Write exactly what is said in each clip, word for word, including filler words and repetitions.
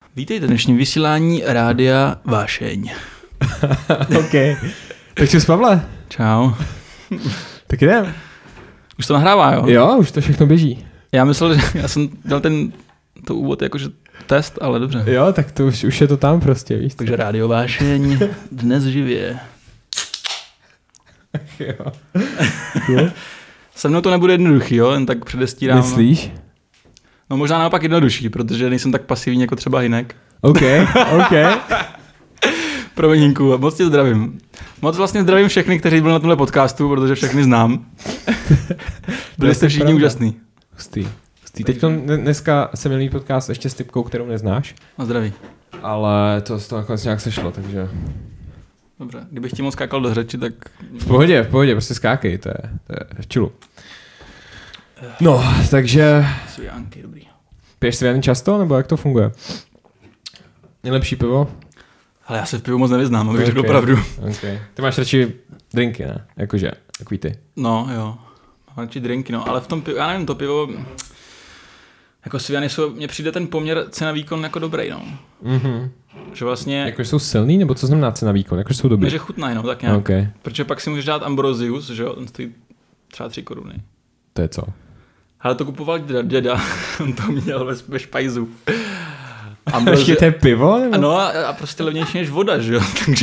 Vítejte v dnešním vysílání Rádia Vášeň. OK. Tak čus, Pavle. Čau. Tak jdem. Už to nahrává, jo? Jo, už to všechno běží. Já myslel, že já jsem dělal ten to úvod jakože test, ale dobře. Jo, tak to už, už je to tam prostě, víš. Takže Rádio Vášeň dnes živě. Jo. Cool. Se mnou to nebude jednoduchý, jo? Jen tak předestírám. Myslíš? No možná naopak jednodušší, protože nejsem tak pasivní jako třeba Hinek. OK, OK. Promiňku, moc tě zdravím. Moc vlastně zdravím všechny, kteří byli na tomhle podcastu, protože všechny znám. Byli jste všichni úžasný. Hustý. Hustý. Teď dneska jsem měl podcast ještě s typkou, kterou neznáš. No zdraví. Ale to z toho nakonec nějak sešlo, takže... Dobře, kdybych ti moc skákal do řeči, tak... V pohodě, v pohodě, prostě skákej, to je, to je v čilu. No, takže... Sujánky, dobrý. Piješ sviany často, nebo jak to funguje? Nejlepší pivo? Ale já se v pivu moc nevyznám, abych okay. řekl pravdu. Okay. Ty máš radši drinky, ne? Jakože, takový ty. No, jo. Mám radši drinky, no. Ale v tom pivu, já nevím, to pivo... Jako sviany jsou, mně přijde ten poměr cena-výkon jako dobrý, no. Mhm. Že vlastně... Jakože jsou silný, nebo co znamená cena-výkon? Jakože jsou dobrý? Ne, že chutnají, no, tak nějak. Okay. Protože pak si můžeš dát Ambrosius, že jo, ten stojí třeba tři koruny. To je co? Ale to kupoval děda, děda. On to měl ve, ve špajzu. Ještě to je pivo? Nebo? Ano a, a prostě levnější než voda, že jo, takže...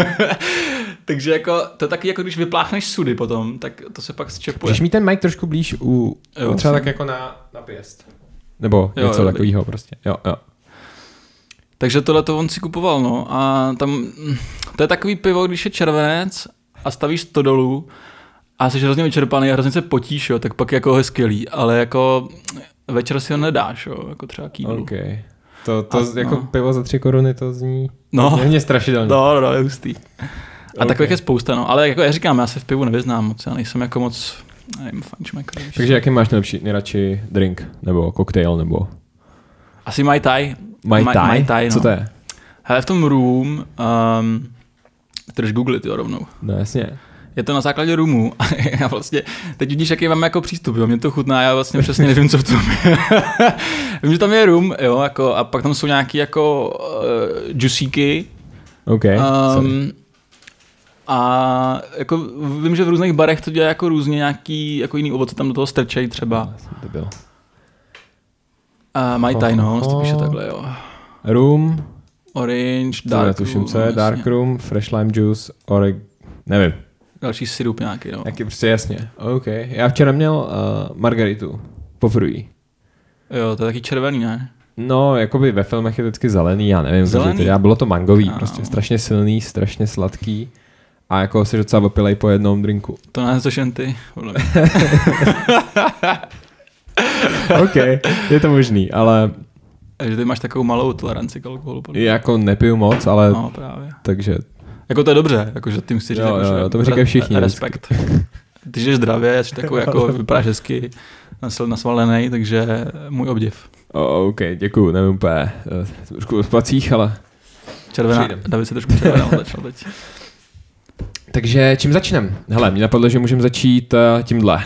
takže jako, to je taky jako když vypláchneš sudy potom, tak to se pak zčepuje. Můžeš mít ten mic trošku blíž u, jo, třeba tak jako na, na pěst. Nebo jo, něco takového prostě, jo, jo. Takže tohle to on si kupoval, no, a tam, to je takový pivo, když je červenec a stavíš to dolů a jsi hrozně vyčerpaný a hrozně se potíš, jo, tak pak jako je skvělý, ale jako večer si ho nedáš, jo, jako třeba k jídlu. Okay. To, to a, jako no. pivo za tři koruny, to zní no. hodně strašidelně. No, no, je hustý. A okay. takových je spousta, no, ale jako já říkám, já se v pivu nevyznám moc, já nejsem jako moc, nevím, fančmek. Takže jaký máš nejlepší, nejradši drink, nebo koktejl, nebo? Asi Mai Tai. Mai Tai? Mai Tai, no. Co to je? Hele, v tom room, um, chceš googlit, jo, rovnou. No jasně. Je to na základě roomu a já vlastně, teď vidíš, jaký mám jako přístup, jo, mě to chutná, já vlastně přesně nevím, co v tom je. Vím, že tam je room, jo, jako, a pak tam jsou nějaký jako uh, juicíky. OK, um, a jako vím, že v různých barech to dělá jako různě nějaký, jako jiný ovoce tam do toho strčej třeba. To byl. Uh, Mai Tai, no, to píše takhle, jo. Room. Orange, dark room. Co je, dark room, fresh lime juice, oreg... Nevím. Další sirup nějaký, no. Jaký prostě jasně. OK. Já včera měl uh, margaritu. Poprvé. Jo, to je taky červený, ne? No, jakoby ve filmech je to vždycky zelený, já nevím. Zelený? Teda bylo to mangový, no. Prostě strašně silný, strašně sladký. A jako si docela opilej po jednom drinku. To ne, to šanty. OK, je to možný, ale... Takže ty máš takovou malou toleranci k alkoholu. Jako nepiju moc, ale... No, právě. Takže... Jako to je dobře, jakože tím si říct, jo, jako, jo, jo, to mi říkají všichni. Respekt. Ty žiješ zdravě, jsi takový jako vypadáš hezky nasvalený, takže můj obdiv. Oh, OK, děkuju, nevím úplně, trošku v pacích, ale... Červená, Přijdem. David se trošku červená začal teď. Takže čím začneme? Hele, mě napadlo, že můžeme začít uh, tímhle.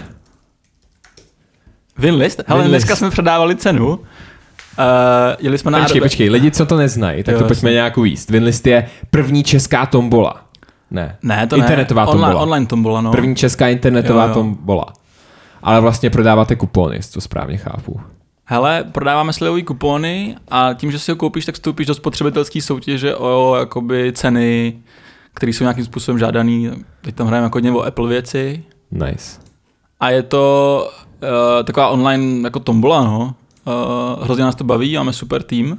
Winlist? Hele, Winlist. Dneska jsme předávali cenu. Uh, jeli jsme na počkej, Adobe. počkej, lidi, co to neznají, tak jo, to pojďme jsem. nějak uvíct. Winlist je první česká tombola. Ne, ne to internetová ne. tombola. Online, online tombola, no. První česká internetová jo, jo. tombola. Ale vlastně prodáváte kupony, to správně chápu. Hele, prodáváme slevové kupony a tím, že si ho koupíš, tak vstoupíš do spotřebitelské soutěže o jakoby ceny, které jsou nějakým způsobem žádaný. Teď tam hrajeme jako hodně o Apple věci. Nice. A je to uh, taková online jako tombola, no. Uh, hrozně nás to baví, máme super tým. Uh,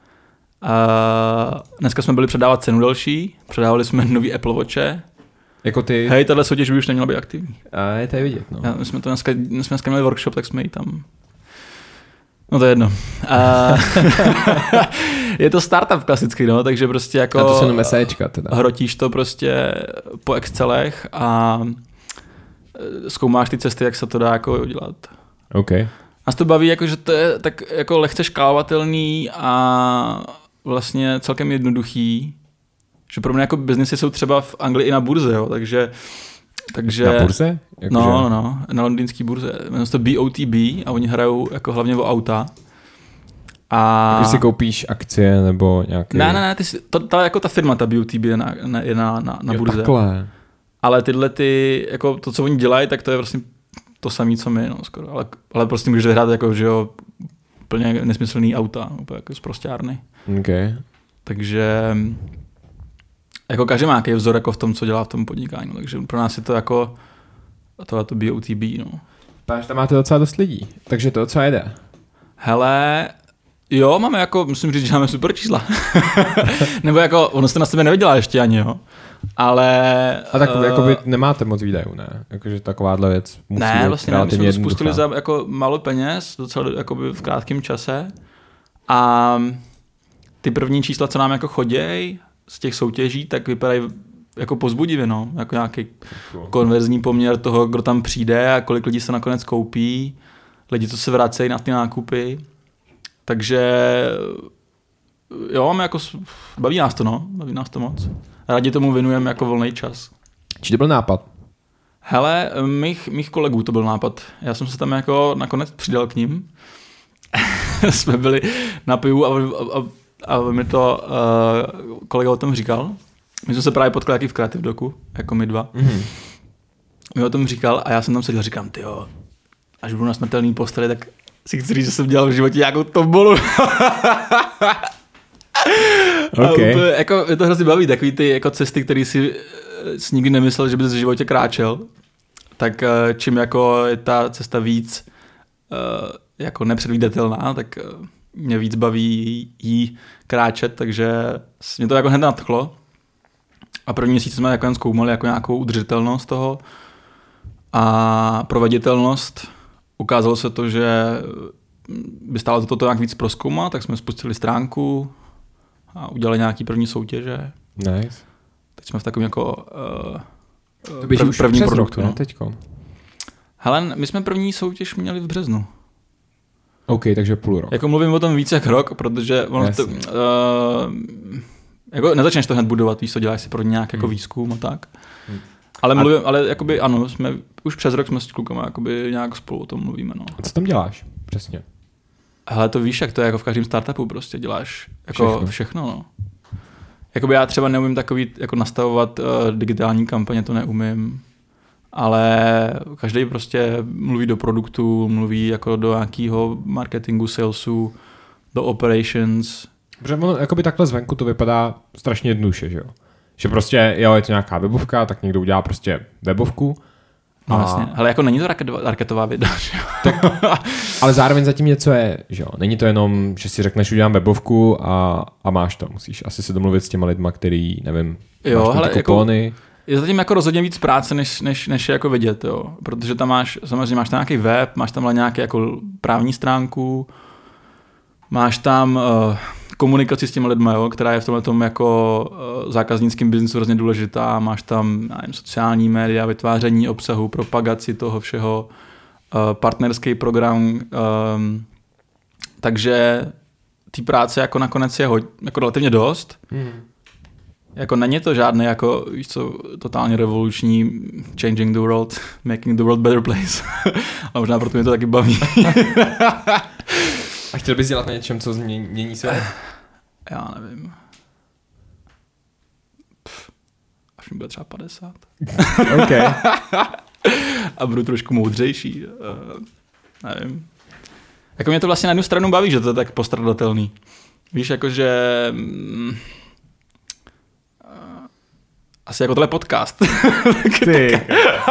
dneska jsme byli předávat cenu další, předávali jsme nový Apple Watche. Jako ty... Hej, tahle soutěž by už neměla být aktivní. A je to vidět, no. Já, my jsme to dneska, my jsme dneska měli workshop, tak jsme ji tam... No to je jedno. Uh, je to startup klasický, no, takže prostě jako... A to jsou jenom SEčka teda. Hrotíš to prostě po Excelech a zkoumáš ty cesty, jak se to dá jako udělat. OK. Nás to baví, jako, že to je tak jako lehce škálovatelný a vlastně celkem jednoduchý. Že pro mě jako biznesy jsou třeba v Anglii i na burze, jo, takže... takže na burze? Jako no, že... no, na londýnský burze. Jmenuje se to B O T B a oni hrajou jako hlavně o auta. A... Když si koupíš akcie nebo nějaký... Ne, ne, ne, ty si, to, ta, jako ta firma, ta B O T B je na, na, je na, na, na burze. Takhle. Ale tyhle ty, jako to, co oni dělají, tak to je vlastně to samé, co my, no, skoro. Ale, ale prostě můžeš hrát jako, že jo, úplně nesmyslný auta, úplně jako zprosťárny. Okay. Takže jako každý má nějaký vzor jako v tom, co dělá v tom podnikání, takže pro nás je to jako tohleto B O T B, no. Páš, tam máte docela dost lidí, takže to docela jde. Hele, jo, máme jako, musím říct, že máme super čísla. Nebo jako, ono se na sebe nevydělá ještě ani, jo. Ale... A tak uh, jako by nemáte moc výdajů, ne? Jakože takováhle věc musí ne, být vlastně ne, my jsme to spustili za jako málo peněz, docela jakoby v krátkém čase. A ty první čísla, co nám jako choděj z těch soutěží, tak vypadají jako povzbudivě, no. Jako nějaký cool. konverzní poměr toho, kdo tam přijde a kolik lidí se nakonec koupí. Lidi, co se vracejí na ty nákupy. Takže jo, jako, baví nás to, no. Baví nás to moc. Rádi tomu věnujeme jako volný čas. Či to byl nápad? Hele, mých, mých kolegů to byl nápad. Já jsem se tam jako nakonec přidal k ním. Jsme byli na pivu a, a, a mi to uh, kolega o tom říkal. My jsme se právě potkali taky v Creative Docu, jako my dva. Mm-hmm. Mi o tom říkal a já jsem tam seděl a říkám, tyjo, až budu na smrtelný posteli, tak si chci říct, že jsem dělal v životě nějakou tombolu. Okay. Úplně, jako, je to hrozně baví, takový ty jako cesty, které si, si nikdy nemyslel, že bys v životě kráčel, tak čím jako je ta cesta víc uh, jako nepředvídatelná, tak uh, mě víc baví jí kráčet, takže mě to jako hned nadchlo. A první měsíc jsme jako jen zkoumali jako nějakou udržitelnost toho a proveditelnost. Ukázalo se to, že by stálo to, to nějak víc prozkoumat, tak jsme spustili stránku a udělali nějaký první soutěže. Nice. Teď jsme v takovém jako uh, to běží prv, prvním produktu. Rok, no. Teďko. Hele, my jsme první soutěž měli v březnu. OK, takže půl rok. Jako mluvím o tom víc jak rok, protože ono to, uh, jako nezačneš to hned budovat, víš co, děláš si pro nějak jako hmm. výzkum a tak. Hmm. Ale mluvím, a... ale jakoby ano, jsme už přes rok jsme s klukama jakoby nějak spolu o tom mluvíme, no. A co tam děláš? Přesně. Hele, to víš, jak to je jako v každém startupu, prostě děláš jako všechno, všechno no. Jakoby já třeba neumím takový jako nastavovat uh, digitální kampaně, to neumím, ale každý prostě mluví do produktu, mluví jako do nějakého marketingu, salesu, do operations. Protože ono, jakoby takhle zvenku to vypadá strašně jednoduše, že jo? Že prostě, jo, je to nějaká webovka, tak někdo udělá prostě webovku. No a... vlastně, ale jako není to raketová, raketová věda, že jo? Tak, ale zároveň zatím něco je, že jo? Není to jenom, že si řekneš, udělám webovku a, a máš to. Musíš asi se domluvit s těma lidma, který, nevím, jo, máš hele, ty kupony. Jako, je zatím jako rozhodně víc práce, než, než, než je jako vidět, jo? Protože tam máš, samozřejmě máš tam nějaký web, máš tam nějaký jako právní stránku, máš tam uh, komunikaci s těmi lidmi, jo, která je v tomhle tom jako uh, zákaznickém biznesu hrozně důležitá. Máš tam nevím, sociální média, vytváření obsahu, propagaci toho všeho, uh, partnerský program. Um, takže té práce jako nakonec je hoď, jako relativně dost. Hmm. Jako není to žádný jako, víš co, totálně revoluční changing the world, making the world better place. A možná proto mě to taky baví. A chtěl bys dělat na něčem, co změní, mění svět? Já nevím. Pff, až mi bude třeba padesát. OK. A budu trošku moudřejší. Uh, nevím. Jako mě to vlastně na jednu stranu baví, že to je tak postradatelný. Víš, jakože... Mm, asi jako tohle podcast. Ty.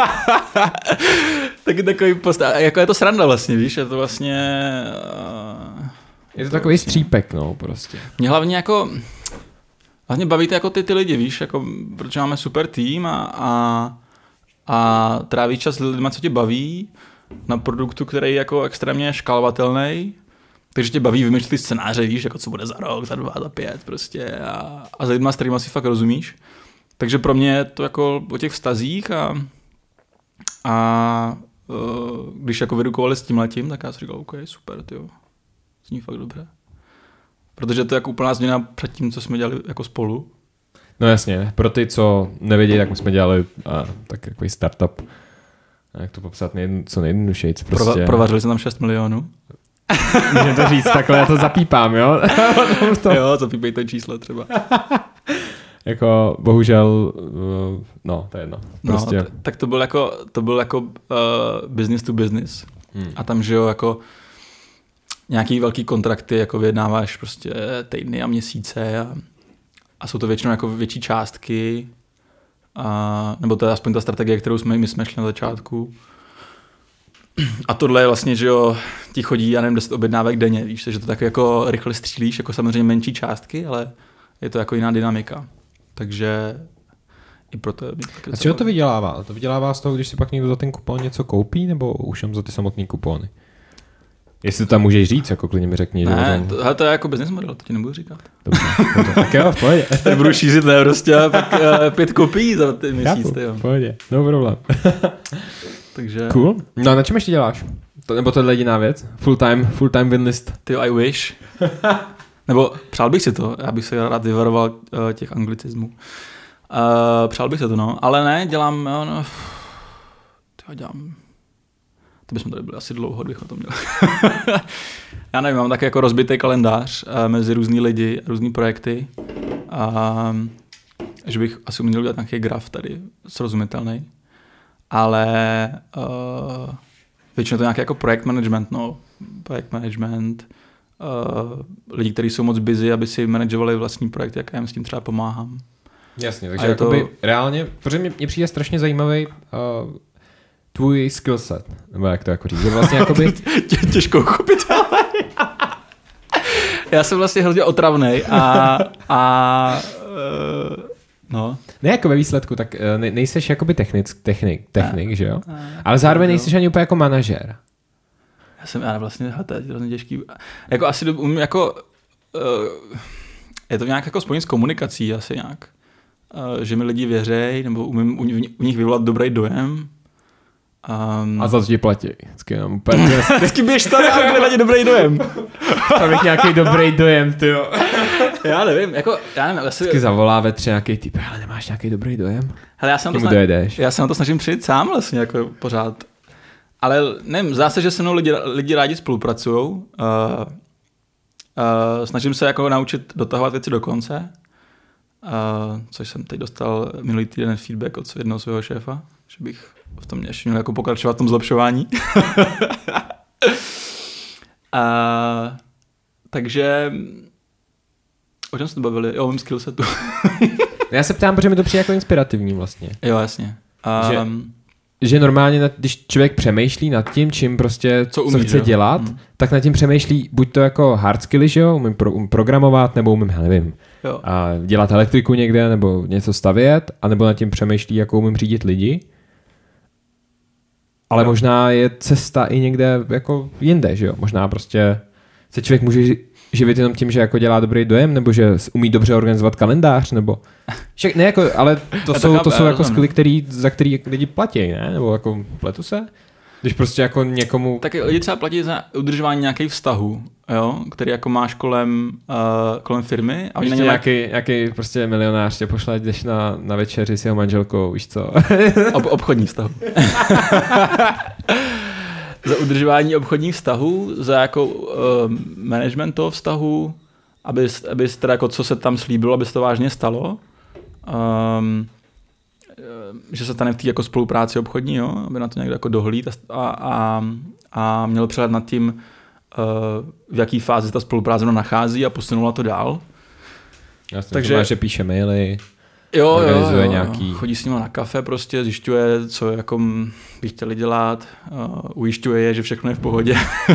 Taky takový post... Jako je to sranda vlastně, víš, je to vlastně... Uh, je to takový střípek, no, prostě. Mě hlavně jako... Hlavně bavíte jako ty, ty lidi, víš, jako, protože máme super tým a, a, a tráví čas s lidmi, co tě baví, na produktu, který je jako extrémně škálovatelný, takže tě baví vymýšlet ty scénáře, víš, jako co bude za rok, za dva, za pět, prostě a, a za lidma, s kterýma si fakt rozumíš. Takže pro mě je to jako o těch vztazích a, a uh, když jako vyrukovali s tímhletím, tak já si říkal, OK, super, tyjo, zní fakt dobře. Protože to je jako úplná změna před tím, co jsme dělali jako spolu. No jasně, pro ty, co nevědí, tak my jsme dělali a, tak takový startup, jak to popsat nejjedno, co nejjednodušejc. Prostě. Provařili jsme tam šest milionů. Můžeme to říct takhle, já to zapípám, jo? to... Jo, zapípej to číslo třeba. Jako, bohužel, no, to je jedno. Prostě. No, t- tak to byl jako, to byl jako uh, business to business. Hmm. A tam, že jo, jako nějaký velký kontrakty, jako vyjednáváš prostě týdny a měsíce a, a jsou to většinou jako větší částky, a, nebo to je aspoň ta strategie, kterou jsme my jsme šli na začátku. A tohle je vlastně, že jo, ti chodí, já nevím, deset objednávek denně, víš, že to tak jako rychle střílíš, jako samozřejmě menší částky, ale je to jako jiná dynamika. Takže i proto je... A čeho to vydělává? To vydělává z toho, když si pak někdo za ten kupon něco koupí, nebo už jen za ty samotný kupony? Jestli to tam můžeš říct, jako klidně mi řekni. Ne, to, hele, to je jako business model, to ti nebudu říkat. Dobře, dobře. Tak jo, v pohodě. Tak budu šířit, ne, prostě a pak uh, pět kopií za ty měsíc. Jo, v pohodě, no problém. Takže... Cool. No a na čem ještě děláš? To, nebo to je jediná věc? Full time, full time winlist. Ty I wish. Nebo přál bych si to, já bych se rád vyvaroval uh, těch anglicizmů. Uh, přál bych se to, no. Ale ne, dělám, jo, no, tyjo, dělám, to bychom tady byli asi dlouho, kdybych o tom měl. Já nevím, mám taky jako rozbitý kalendář uh, mezi různý lidi, různý projekty. Uh, že bych asi uměl udělat nějaký graf tady, srozumitelný. Ale uh, většinou to nějaký jako projekt management, no. Projekt management, uh, lidi, kteří jsou moc busy, aby si manažovali vlastní projekt, jak já jim s tím třeba pomáhám. Jasně, takže jakoby to... reálně, protože mě, mě přijde strašně zajímavý uh, tvůj skillset, nebo jak to jako říct, že vlastně jakoby... Tě, těžko uchopit, ale... Já jsem vlastně hrozně otravnej a... a uh, no. Ne jako ve výsledku, tak ne, nejseš jakoby technic, technik, technik, ne, že jo? Ne, ale zároveň ne, nejseš ani úplně jako manažer. Já jsem, já vlastně, to je hrozně těžký. Jako asi umím jako... Uh, je to nějak jako spojení s komunikací asi nějak. Uh, že mi lidi věřejí, nebo umím u, u nich vyvolat dobrý dojem. Um, a za to ti platí. Vždycky jenom úplně... Vždycky běž tady a kde na ně dobrý dojem. Tam je nějaký dobrý dojem, tyjo. Já nevím, jako, já nevím. Asi... Vždycky zavolá ve tři nějaký typ, ale nemáš nějaký dobrý dojem? Hele, já se na to, snažím, já se na to snažím přijít sám vlastně, jako pořád. Ale nevím, zdá se, že se mnou lidi, lidi rádi spolupracujou. Uh, uh, snažím se jako naučit dotahovat věci do konce. Uh, což jsem teď dostal minulý týden feedback od jednoho svého šéfa, že bych v tom ještě měl jako pokračovat v tom zlepšování. uh, takže o čem jsme bavili? Jo, o mým skillsetu. Já se ptám, protože mi to přijde jako inspirativní vlastně. Jo, jasně. Um, že, že normálně, když člověk přemýšlí nad tím, čím prostě, co, umí, co chce jo? dělat, hmm. tak nad tím přemýšlí buď to jako hard skilly, že jo, umím, pro, umím programovat, nebo umím, já nevím, jo. A dělat elektriku někde, nebo něco stavět, anebo nad tím přemýšlí, jako umím řídit lidi. Ale jo. možná je cesta i někde jako jinde, že jo? Možná prostě se člověk může živit jenom tím, že jako dělá dobrý dojem, nebo že umí dobře organizovat kalendář, nebo... Však, ne, jako, ale to jsou, to jsou jako skilly, který, za který lidi platí, ne? Nebo jako pletu se? Když prostě jako někomu... Tak lidi třeba platí za udržování nějakých vztahů, jo? Který jako máš kolem, uh, kolem firmy. A víš nějaký, nějaký, nějaký prostě milionář tě pošle, jdeš na, na večeři s jeho manželkou, víš co? Ob, obchodní vztahu. Za udržování obchodních vztahů, za jako uh, management toho vztahu, aby, aby teda jako co se tam slíbilo, aby se to vážně stalo. Um, že se stane v té jako spolupráci obchodní, jo? Aby na to někdo jako dohlíd a, a, a měl přehled nad tím, uh, v jaký fázi ta spolupráce nachází a posunula to dál. Jasně, takže to máš, že píše maily, jo, organizuje jo, nějaký... chodí s nimi na kafe prostě, zjišťuje, co jako by chtěli dělat, uh, ujišťuje je, že všechno je v pohodě.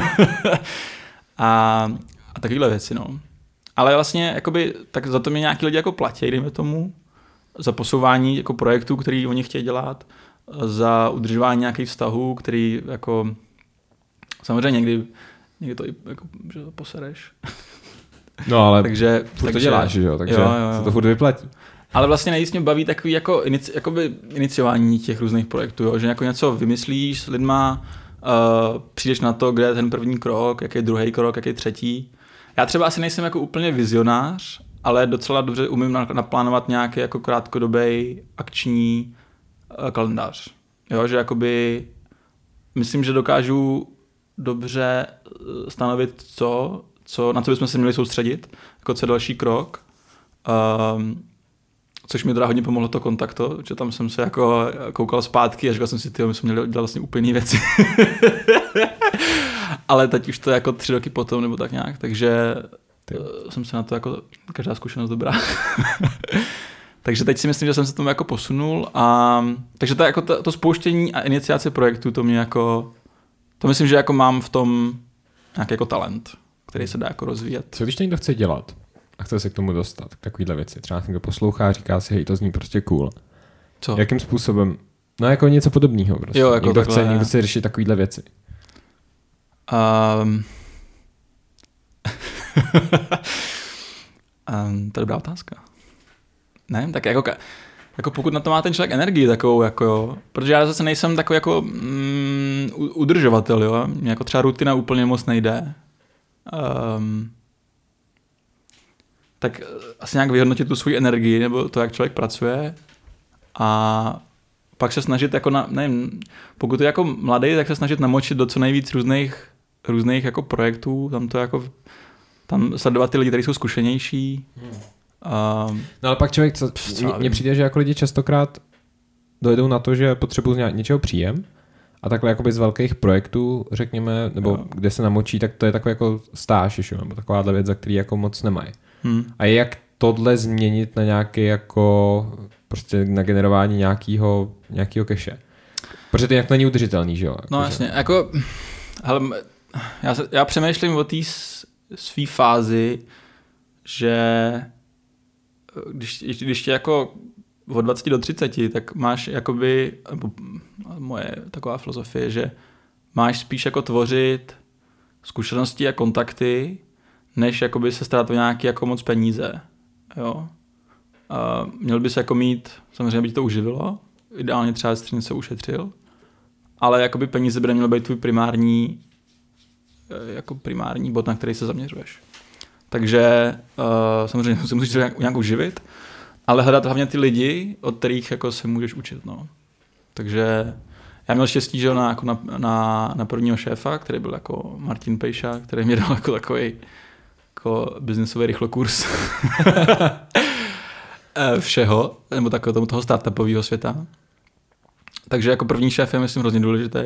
a, a takovéhle věci, no. Ale vlastně, jakoby, tak za to mě nějaký lidi jako platí, dejme tomu, za posouvání jako projektů, který oni chtějí dělat, za udržování nějakých vztahů, který jako samozřejmě někdy, někdy to i jako, že to posereš. No ale takže, furt takže, to děláš, že jo, takže jo, jo. se to furt vyplatí. Ale vlastně nejvíc mě baví takový jako inici, jakoby iniciování těch různých projektů, jo? Že jako něco vymyslíš s lidma, uh, přijdeš na to, kde je ten první krok, jaký je druhý krok, jaký je třetí. Já třeba asi nejsem jako úplně vizionář, ale docela dobře umím naplánovat nějaký jako krátkodobý akční uh, kalendář. Jo, že jakoby myslím, že dokážu dobře stanovit, co, co, na co bychom se měli soustředit, jako co je další krok. Um, což mi teda hodně pomohlo to kontakto, že tam jsem se jako koukal zpátky a říkal jsem si, tyjo, my jsme měli dělat vlastně úplně jiné věci. Ale teď už to je jako tři roky potom, nebo tak nějak, takže ty. jsem se na to jako, každá zkušenost dobrá. Takže teď si myslím, že jsem se tomu jako posunul a takže to, jako to, to spouštění a iniciace projektu, to mě jako, to myslím, že jako mám v tom nějaký jako talent, který se dá jako rozvíjet. Co když to někdo chce dělat a chce se k tomu dostat, k takovýhle věci? Třeba někdo poslouchá a říká si, hej, to zní prostě cool. Co? Jakým způsobem? No jako něco podobného prostě. Jo, jako někdo, takhle, chce, někdo chce řešit takovýhle věci. Um... um, to je dobrá otázka. Nevím, tak jako, jako pokud na to má ten člověk energii takovou, jako jo, protože já zase nejsem takový jako mm, udržovatel, jo, mě jako třeba rutina úplně moc nejde. Um, tak asi nějak vyhodnotit tu svou energii, nebo to, jak člověk pracuje a pak se snažit jako, na, nevím, pokud je jako mladý, tak se snažit namočit do co nejvíc různých, různých jako projektů, tam to jako, tam sledovat ty lidi, kteří jsou zkušenější. Hmm. Um, no ale pak člověk, co, mně přijde, že jako lidi častokrát dojdou na to, že potřebují z něčeho příjem a takhle jakoby z velkých projektů, řekněme, nebo jo. kde se namočí, tak to je takový jako stáž, jo, nebo takováhle věc, za který jako moc nemají. Hmm. A jak tohle změnit na nějaký jako prostě na generování nějakého nějakého keše? Protože to nějak není udržitelný, že jo? Jako, no že... jasně, jako hele, já, se, já přemýšlím o té své fázi, že když, když tě jako od dvaceti do třiceti, tak máš jakoby, moje taková filozofie, že máš spíš jako tvořit zkušenosti a kontakty, než jakoby se starat o nějaké jako moc peníze. Jo. A měl bys jako mít, samozřejmě by to uživilo, ideálně třeba jsi něco ušetřil, ale jakoby peníze by neměly být tvůj primární, jako primární bod, na který se zaměřuješ. Takže uh, samozřejmě se musíš nějak uživit, ale hledat hlavně ty lidi, od kterých jako se můžeš učit. No. Takže já měl štěstí, že na, jako na, na, na prvního šéfa, který byl jako Martin Pejša, který mě dal jako takový jako biznisový rychlokurs všeho, nebo takového tomu toho startupového světa. Takže jako první šéf je, myslím, hrozně důležitý.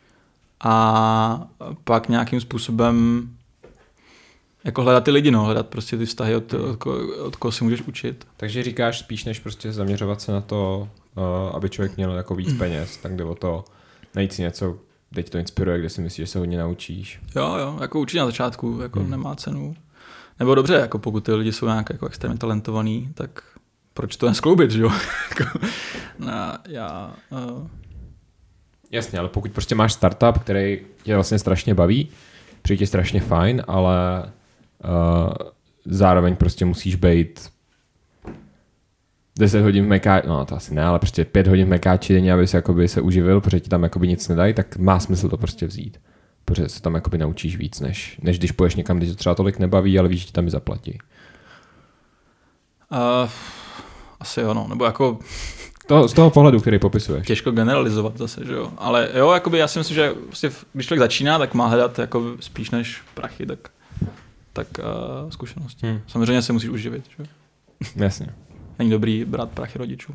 A pak nějakým způsobem jako hledat ty lidi, no, hledat prostě ty vztahy, od, od, od koho si můžeš učit. Takže říkáš spíš, než prostě zaměřovat se na to, uh, aby člověk měl jako víc peněz, tak jde o to najít si něco, kde ti to inspiruje, kde si myslíš, že se hodně naučíš. Jo, jo, jako určitě na začátku, jako hmm. nemá cenu. Nebo dobře, jako pokud ty lidi jsou nějak jako extrémně talentovaný, tak proč to neskloubit, že jo? no, já... Uh... Jasně, ale pokud prostě máš startup, který tě vlastně strašně baví, přijde tě strašně fajn, ale uh, zároveň prostě musíš být deset hodin v mekáči, no to asi ne, ale prostě pět hodin v mekáči denně, aby se, jakoby, se uživil, protože ti tam jakoby nic nedají, tak má smysl to prostě vzít. Protože se tam jakoby naučíš víc, než, než když půjdeš někam, kde to třeba tolik nebaví, ale víš, že ti tam i zaplatí. Uh, asi jo, no, nebo jako... To, z toho pohledu, který popisuješ. Těžko generalizovat zase, že jo. Ale jo, jakoby já si myslím, že prostě, když člověk začíná, tak má hledat jako spíš než prachy, tak, tak uh, zkušenosti. Hmm. Samozřejmě se musíš uživit, že jo. Jasně. Není dobrý brát prachy rodičů.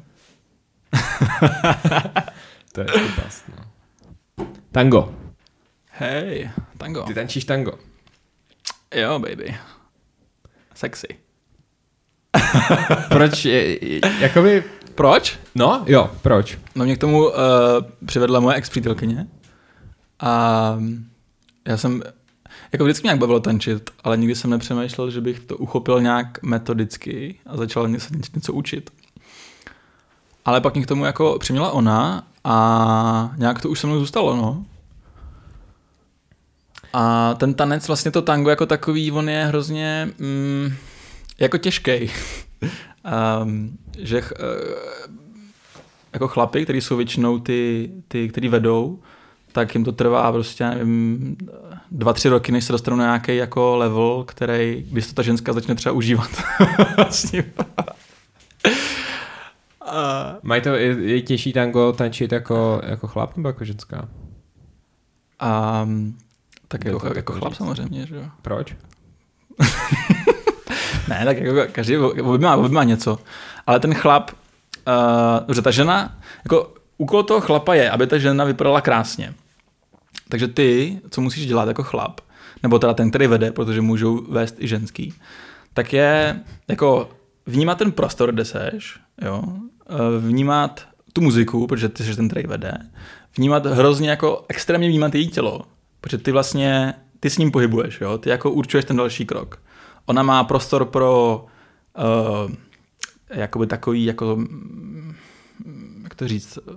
To je skupast, no. Tango. Hej, tango. Ty tančíš tango. Jo, baby. Sexy. Proč? Je, je, jakoby... Proč? No, jo, proč? No mě k tomu uh, přivedla moje ex-přítelkyně a já jsem, jako vždycky nějak bavilo tančit, ale nikdy jsem nepřemýšlel, že bych to uchopil nějak metodicky a začal něco, něco učit. Ale pak mě k tomu jako přiměla ona a nějak to už se mnou zůstalo, no. A ten tanec, vlastně to tango jako takový, on je hrozně mm, jako těžkej. um, že uh, jako chlapi, kteří jsou většinou ty, ty, který vedou, tak jim to trvá prostě, nevím, dva, tři roky, než se dostanou na nějaký jako level, který, když to ta ženská začne třeba užívat. A... Mají to, je, je těžší tango tančit jako, jako chlap nebo jako ženská? Um, Tak jako, jako chlap samozřejmě, že jo. Proč? Ne, tak jako každý má, má něco. Ale ten chlap, uh, dobře, ta žena, jako úkol toho chlapa je, aby ta žena vypadala krásně. Takže ty, co musíš dělat jako chlap, nebo teda ten, který vede, protože můžou vést i ženský, tak je jako vnímat ten prostor, kde seš, jo, vnímat tu muziku, protože ty jsi ten, který vede, vnímat hrozně jako extrémně vnímat její tělo, protože ty vlastně, ty s ním pohybuješ, jo, ty jako určuješ ten další krok. Ona má prostor pro uh, jakoby takový, jako, jak to říct, uh,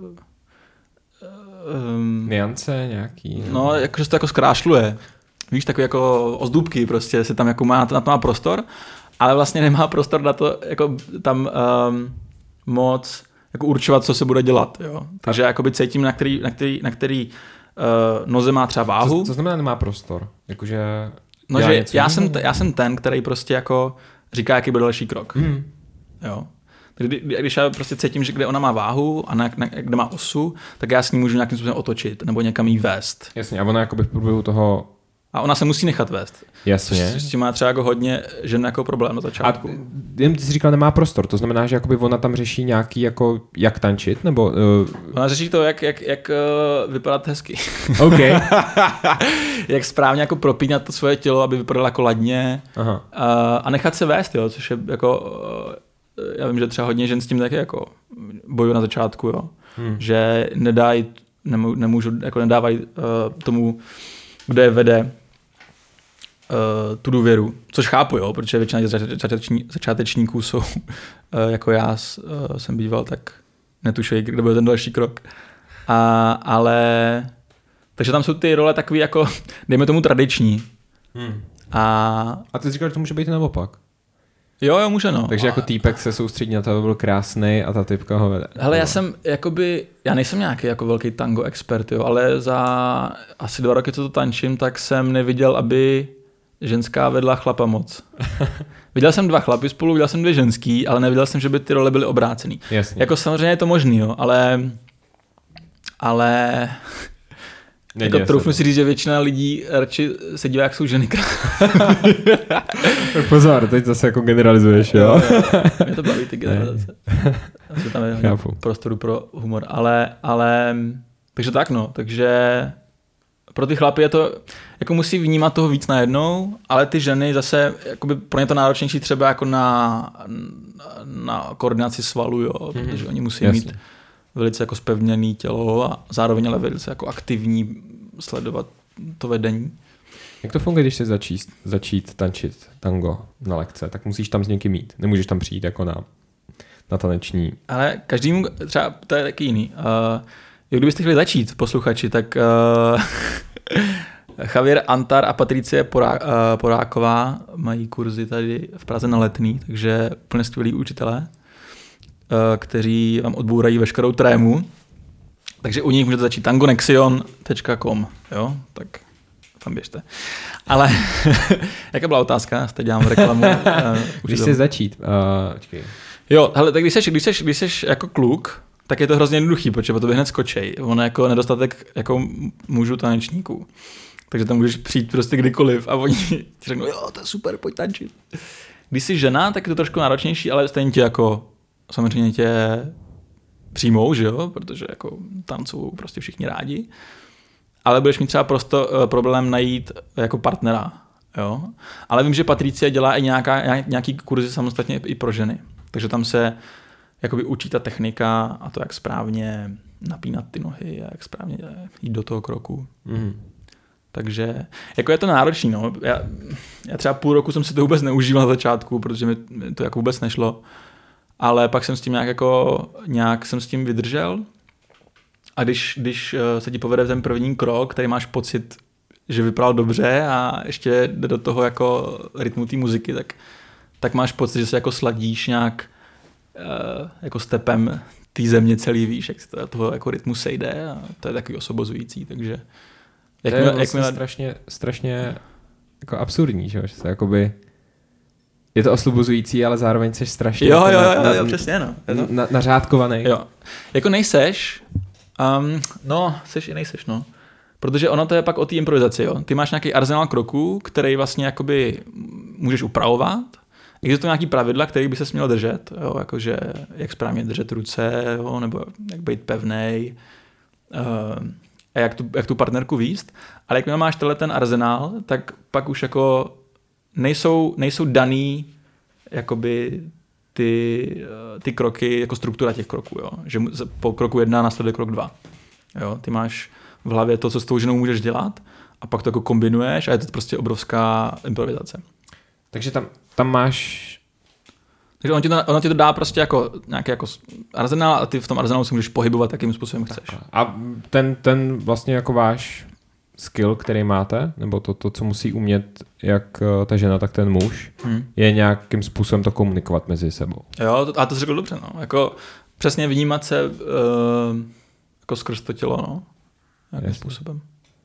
um, niance nějaký. No, no jakože se to jako zkrášluje. Víš, takové jako ozdůbky prostě se tam jako má, na to má prostor, ale vlastně nemá prostor na to, jako tam um, moc jako určovat, co se bude dělat, jo. Takže jakoby cítím, na který, na který, na který uh, noze má třeba váhu. Co, co znamená nemá prostor? Jakože no, že já jsem, t- já jsem ten, který prostě jako říká, jaký bude další krok. Mm. Jo. Takže když já prostě cítím, že kde ona má váhu a na, na, kde má osu, tak já s ní můžu nějakým způsobem otočit nebo někam jí vést. Jasně, a ona jakoby v průběhu toho... A ona se musí nechat vést. Jasně. S tím má třeba jako hodně žen jako problém na začátku. A jen ty jsi říkal, nemá prostor, to znamená, že jakoby ona tam řeší nějaký jako, jak tančit, nebo... Uh... Ona řeší to, jak, jak, jak uh, vypadat hezky. OK. Jak správně jako propínat to svoje tělo, aby vypadalo jako ladně. Aha. Uh, a nechat se vést, jo, což je jako... Uh, já vím, že třeba hodně žen s tím taky jako bojují na začátku, jo. Hmm. Že nedají, nemů, nemůžu, jako nedávají uh, tomu, kdo je vede, uh, tu důvěru. Což chápu, jo, protože většina těch začáteční, začátečníků jsou, uh, jako já uh, jsem býval, tak netušuji, kde byl ten další krok. A, ale, takže tam jsou ty role takový jako, dejme tomu tradiční. Hmm. A, a ty jsi říkal, že to může být naopak. Jo, jo, může, no. Takže jako týpek se soustředí na to, aby byl krásnej a ta typka ho vede. Hele, já jsem, jakoby, já nejsem nějaký jako velký tango expert, jo, ale za asi dva roky, co to tančím, tak jsem neviděl, aby ženská vedla chlapa moc. Viděl jsem dva chlapy spolu, viděl jsem dvě ženský, ale neviděl jsem, že by ty role byly obrácený. Jasně. Jako samozřejmě je to možný, jo, ale ale jako troufnu si říct, že většina lidí radši se dívá, jak jsou ženy. Pozor, teď zase jako generalizuješ, jo? jo, jo. Mě to baví, ty generalizace. Asi tam je prostoru pro humor. Ale, ale, takže tak no, takže pro ty chlapy je to, jako musí vnímat toho víc najednou, ale ty ženy zase, jakoby pro ně to náročnější třeba jako na, na koordinaci svalů, jo, mm-hmm. protože oni musí Jasně. mít velice jako zpevněné tělo a zároveň ale velice jako aktivní sledovat to vedení. Jak to funguje, když se začít, začít tančit tango na lekce, tak musíš tam s někým jít. Nemůžeš tam přijít jako na, na taneční. Ale každému, třeba to je taky jiný. Uh, kdybyste chtěli začít, posluchači, tak uh, Javier Antar a Patricie Porá, uh, Poráková mají kurzy tady v Praze na Letný, takže úplně skvělí učitelé, uh, kteří vám odbourají veškerou trému. Takže u nich můžete začít tangonexion tečka com, jo, tak tam běžte. Ale jaká byla otázka? Teď dělám reklamu. Uh, když se začít? Uh, jo, hele, tak když seš, když seš, když seš jako kluk, tak je to hrozně jednoduchý, protože po tobě hned skočej. Ono je jako nedostatek jako mužů tanečníků. Takže tam můžeš přijít prostě kdykoliv a oni ti řeknou, jo, to je super, pojď tančit. Když jsi žena, tak je to trošku náročnější, ale stejně tě jako, samozřejmě tě přijmou, že jo, protože jako tancují prostě všichni rádi. Ale budeš mít třeba prosto problém najít jako partnera, jo. Ale vím, že Patricie dělá i nějaká, nějaký kurzy samostatně i pro ženy. Takže tam se jakoby učí ta technika a to, jak správně napínat ty nohy a jak správně jít do toho kroku. Mm. Takže jako je to náročný, no. Já, já třeba půl roku jsem si to vůbec neužíval na začátku, protože mi to jako vůbec nešlo. Ale pak jsem s tím nějak jako, nějak jsem s tím vydržel. A když, když se ti povede ten první krok, který máš pocit, že vypadal dobře a ještě jde do toho jako rytmu té muziky, tak, tak máš pocit, že se jako sladíš nějak uh, jako stepem té země celý, víš, jak se to toho jako rytmu sejde a to je takový osobozující, takže jak to je vlastně jakmile... strašně, strašně jako absurdní, že se jakoby je to osvobozující, ale zároveň jsi strašně jo, jako jo, na, jo, na, jo, přesně, no. Na, na, nařádkovaný. Jo. Jako nejseš, um, no, seš i nejseš, no. Protože ono to je pak o té improvizaci, jo. Ty máš nějaký arzenál kroků, který vlastně jakoby můžeš upravovat. Existují nějaký pravidla, kterých by se směl držet, jo, jakože jak správně držet ruce, jo, nebo jak být pevnej, uh, a jak tu, jak tu partnerku víst. Ale jak máš tenhle ten arzenál, tak pak už jako nejsou, nejsou daný jakoby ty, ty kroky, jako struktura těch kroků, jo. Že po kroku jedna následuje krok dva. Jo. Ty máš v hlavě to, co s tou ženou můžeš dělat a pak to jako kombinuješ a je to prostě obrovská improvizace. Takže tam, tam máš... Takže ono ti, to, ono ti to dá prostě jako nějaký jako arzenál a ty v tom arzenálu se můžeš pohybovat, jakým způsobem chceš. A ten, ten vlastně jako váš skill, který máte, nebo to, to co musí umět jak ta žena, tak ten muž, hmm. je nějakým způsobem to komunikovat mezi sebou. Jo, to, a to jsi řekl dobře, no. Jako přesně vnímat se uh, jako skrz to tělo, no. Jakým Jasně. způsobem.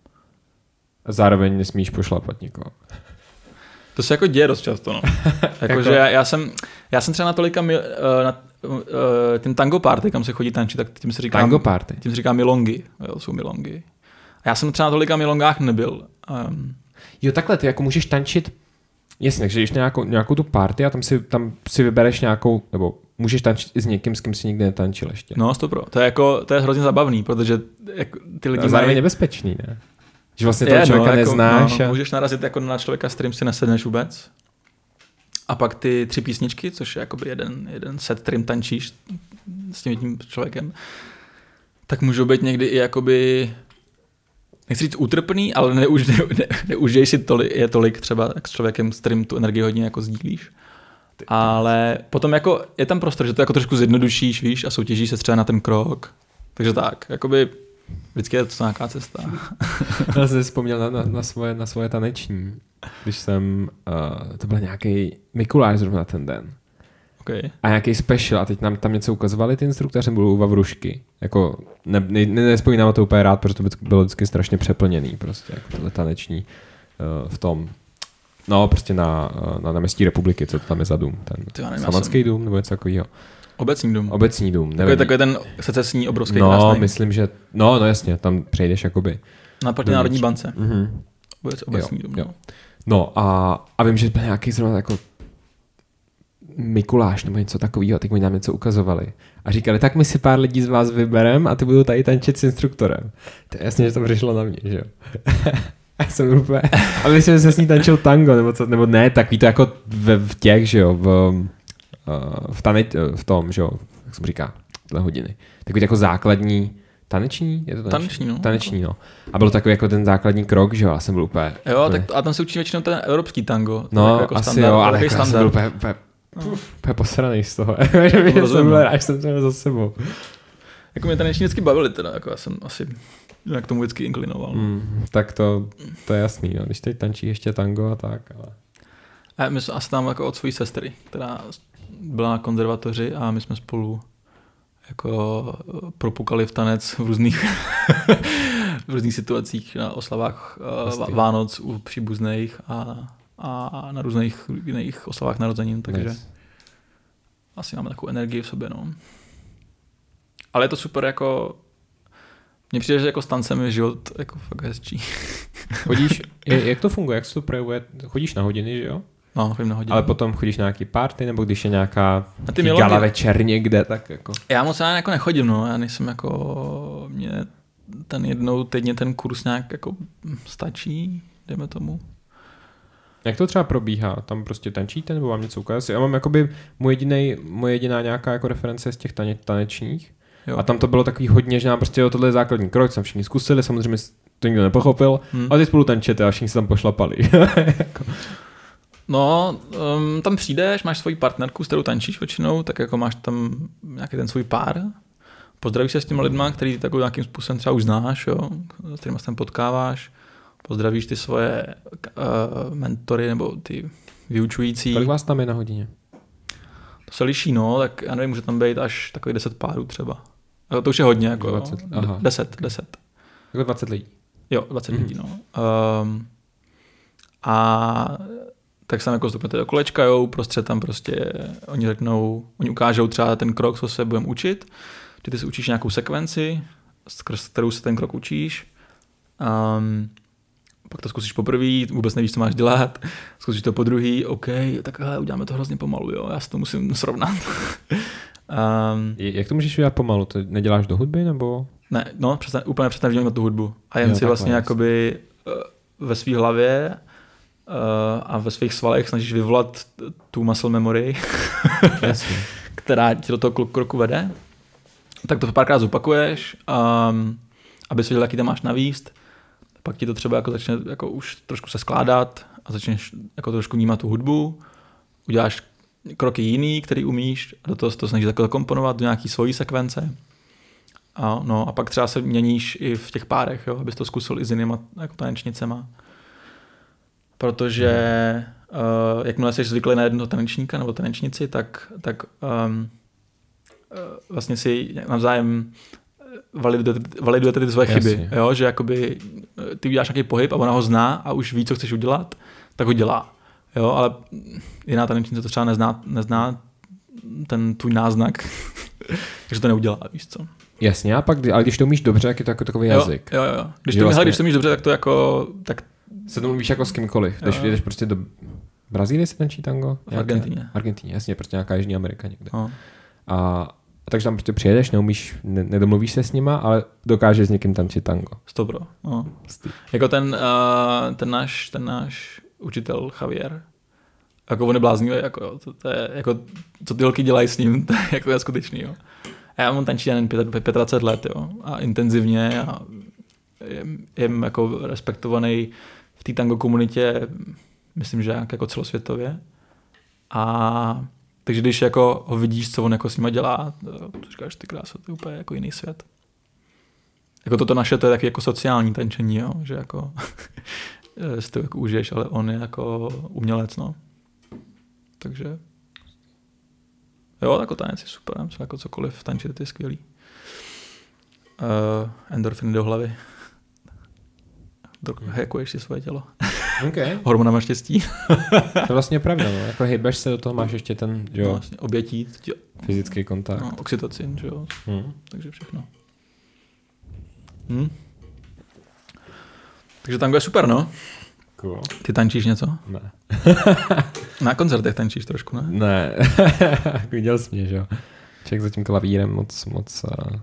A zároveň nesmíš pošlapat nikoho. To se jako děje dost často, no. Jako, že já, já, jsem, já jsem třeba na tolika mil, na uh, tím tango party, kam se chodí tančit, tak tím se říká... Tango party? Tím se říká milongy. Jo, jsou milongy. A já jsem třeba na tolika milongách nebyl. Um, jo, takhle, ty jako můžeš tančit, jasně, takže jdeš na nějakou, nějakou tu party a tam si, tam si vybereš nějakou, nebo můžeš tančit i s někým, s kým si nikdy netančil ještě. No, stopro. To je jako, to je hrozně zabavný, protože jako, ty lidi mají... Zároveň nebezpečný, ne? Že vlastně toho je, člověka no, jako, neznáš. No, a... Můžeš narazit jako na člověka, s kterým si nesedneš vůbec. A pak ty tři písničky, což je jakoby jeden, jeden set, kterým tančíš s tím tím člověkem, tak můžou být někdy i jakoby, nechci říct útrpný, ale neuž, ne, ne, neužiješ si tolik, je tolik třeba s člověkem, s kterým tu energii hodně jako sdílíš. Ale potom jako je tam prostor, že to jako trošku zjednodušíš, víš, a soutěžíš se třeba na ten krok. Takže tak, jakoby vždycky je to nějaká cesta. Já jsem si vzpomněl na, na, na, svoje, na svoje taneční, když jsem, uh, to byl nějaký Mikuláš zrovna ten den. Okay. A nějaký special a teď nám tam něco ukazovali ty instruktoři, byly u Vavrušky. Jako, ne, ne, nespomínám to úplně rád, protože to bylo vždycky strašně přeplněný prostě, jako tohle taneční uh, v tom. No, prostě na, na náměstí Republiky, co to tam je za dům, ten Slamanský jsem... dům nebo něco takového. Obecní dům. Obecní dům, nevím. Takový, takový ten secesní obrovský no, krásný. No, myslím, že, no, no jasně, tam přejdeš jakoby. Na proti Národní bance. Mm-hmm. Obec, obecní jo, dům. Jo. No a, a vím, že byl nějaký zrovna jako Mikuláš nebo něco takového, teď mi nám něco ukazovali. A říkali, tak my si pár lidí z vás vyberem a ty budou tady tančit s instruktorem. To je jasně, že to přišlo na mě, že jo. Já jsem úplně... A myslím, že se s ní tančil tango, nebo, co, nebo ne, takový to jako v, v těch, že jo, v, v, tane, v tom, že jo, jak se mu říká, tyhle hodiny. Takový jako základní taneční? Je to taneční? Taneční, no. Taneční, no. A byl takový jako ten základní krok, že jo, já jsem byl úplně... Jo, úplně... tak a tam se učí většinou ten evropský tango. No, jako asi standard, jo, ale jako standard. jsem byl úplně, úplně, úplně posranej z toho, že mě jsem byl rád, jsem to měl za sebou. Jako mě taneční vždycky bavili teda, jako já jsem asi k tomu vždycky inklinoval. Mm, tak to, to je jasný, no. Když teď tančí ještě tango a tak, ale... A my jsme asi tam jako od své sestry, která byla na konzervatoři a my jsme spolu jako propukali v tanec v různých v různých situacích na oslavách uh, Vánoc u příbuzných a, a na různých jiných oslavách narozenin, takže yes. Asi máme takovou energii v sobě, no. Ale je to super, jako mně přijde, že jako s tancem je život jako fakt hezčí. Chodíš, jak to funguje, jak se to projevuje? Chodíš na hodiny, že jo? No, chodím na hodinu. Ale potom chodíš na nějaký party, nebo když je nějaká gala večer někde, tak jako... Já moc já jako nechodím, no, já nejsem jako... Mě ten jednou týdně ten kurz nějak jako stačí, dejme tomu. Jak to třeba probíhá? Tam prostě tančíte, nebo vám něco ukazuje? Já mám jakoby můj jedinej, moje jediná nějaká jako reference z těch tane, tanečních. Jo. A tam to bylo takový hodně, že nám prostě jo, tohle je základní krok, jsem všichni zkusili, samozřejmě to nikdo nepochopil, hmm. a ty spolu tančete a všichni se tam pošlapali. jako... No, um, tam přijdeš, máš svoji partnerku, s kterou tančíš většinou, tak jako máš tam nějaký ten svůj pár. Pozdravíš se s těma lidma, který takovým nějakým způsobem třeba už znáš, jo, s kterýma se tam potkáváš. Pozdravíš ty svoje uh, mentory nebo ty vyučující. Kolik vás tam je na hodině? To se liší, no, tak já nevím, může tam být až takových deset párů třeba. A to už je hodně, jako dvacet, aha. deset, deset. Jako dvacet lidí? Jo, dvacet mm. lidí, no. Um, a tak se tam jako stupnete do kolečka, jo, uprostřed tam prostě oni řeknou, oni ukážou třeba ten krok, co se budeme učit, že ty si učíš nějakou sekvenci, skrz kterou se ten krok učíš Um, pak to zkusíš poprvé, vůbec nevíš, co máš dělat, zkusíš to po druhý, OK, tak hele, uděláme to hrozně pomalu, jo, já si to musím srovnat. um, Jak to můžeš udělat pomalu? To neděláš do hudby, nebo? Ne, no, přesně, úplně přesně vnímat tu hudbu. A jen jo, si vlastně takhle, jakoby uh, ve své hlavě uh, a ve svých svalech snažíš vyvolat tu muscle memory, která ti do toho kroku vede. Tak to párkrát zopakuješ, um, aby si věděl, jaký tam máš navíst. Pak ti to třeba jako začne jako už trošku se skládat a začneš jako trošku vnímat tu hudbu. Uděláš kroky jiný, který umíš a do toho se to snažíš jako zakomponovat do nějaký svojí sekvence. A, no, a pak třeba se měníš i v těch párech, jo, abys to zkusil i s jinýma jako tanečnicema. Protože uh, jakmile jsi zvyklý na jednoho tanečníka nebo tanečnici, tak, tak um, uh, vlastně si navzájem validujete, validujete ty své chyby. Jo, že jakoby ty uděláš nějaký pohyb a ona ho zná a už ví, co chceš udělat, tak ho dělá. Jo, ale jiná tanečnice to třeba nezná, nezná ten tvůj náznak, takže to neudělá, víš co. Jasně, a pak, ale když to umíš dobře, tak je to jako takový jazyk. Jo, jo, jo. Když, to, vlastně, když to umíš dobře, tak to jako... Tak... Se to mluvíš jako s kýmkoliv. Když jdeš prostě do Brazílie se tančí tango? V Argentině. Argentině, jasně, prostě nějaká Jižní Amerika někde. No. A, a takže tam prostě přijedeš, neumíš, ne, nedomluvíš se s nima, ale dokážeš s někým tančit tango. Stopro. No. Jako ten, uh, ten, náš, ten náš učitel Javier, jako on je bláznivý, jako, jo, to, to je, jako, co ty holky dělají s ním, to je jako neskutečný, jo. A já mám tančí jen dvacet pět let, jo, a intenzivně a je, je jako respektovaný v té tango komunitě, myslím, že jako celosvětově. A takže když jako ho vidíš, co on jako s nima dělá, to říkáš, ty krása, to je úplně jako jiný svět. Jako toto naše, to je taky jako sociální tančení, jo, že jako si to jako užiješ, ale on je jako umělec, no. Takže jo, jako tanec je super, jako cokoliv tančit, je skvělý. Uh, endorfiny do hlavy. Hackuješ si svoje tělo. Okay. Hormonama štěstí. To je vlastně pravda, no. Jako hejbeš se do toho, máš ještě ten, jo, no, vlastně obětí. Tě... fyzický kontakt. No, oxytocin, že jo. Hmm. Takže všechno. Hm? Takže tango je super, no. Cool. Ty tančíš něco? Ne. Na koncertech tančíš trošku, ne? Ne. Viděl jsi mě, že jo. Člověk za tím klavírem moc, moc... Uh...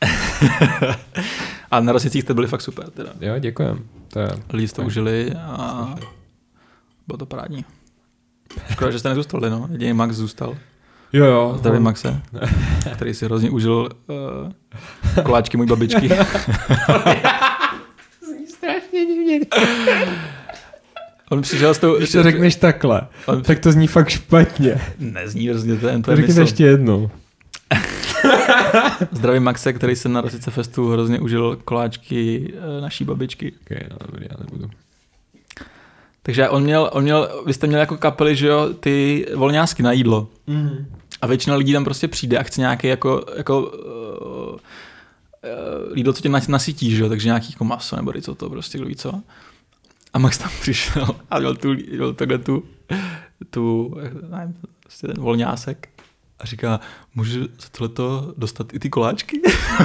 A na Rosicích jste byli fakt super, teda. Jo, děkujem. To je... Lidi to užili a bylo to parádní. Škoda, že jste nezůstali, no. Jediný Max zůstal. Jo, jo. Zdravím Maxe, který si hrozně užil uh, koláčky mojí babičky. Zní strašně divně. On přišel s tou... Když to řekneš takhle, on... tak to zní fakt špatně. Nezní hrozně, to je to řekněte ještě jednou. Zdravím Maxe, který se na Rosice Festu hrozně užil koláčky naší babičky. Okay, no, dobrý, já nebudu. Takže on měl, on měl, vy jste měli jako kapely, že jo, ty volňásky na jídlo. Mm-hmm. A většina lidí tam prostě přijde a chce nějaký jako, jako uh, uh, jídlo, co tě nasytí, že jo, takže nějaký jako maso nebo co to prostě, kdo ví co. A Max tam přišel a měl, tu, měl takhle tu, tu nevím, prostě ten volňásek. A říká, můžu za tohleto dostat i ty koláčky?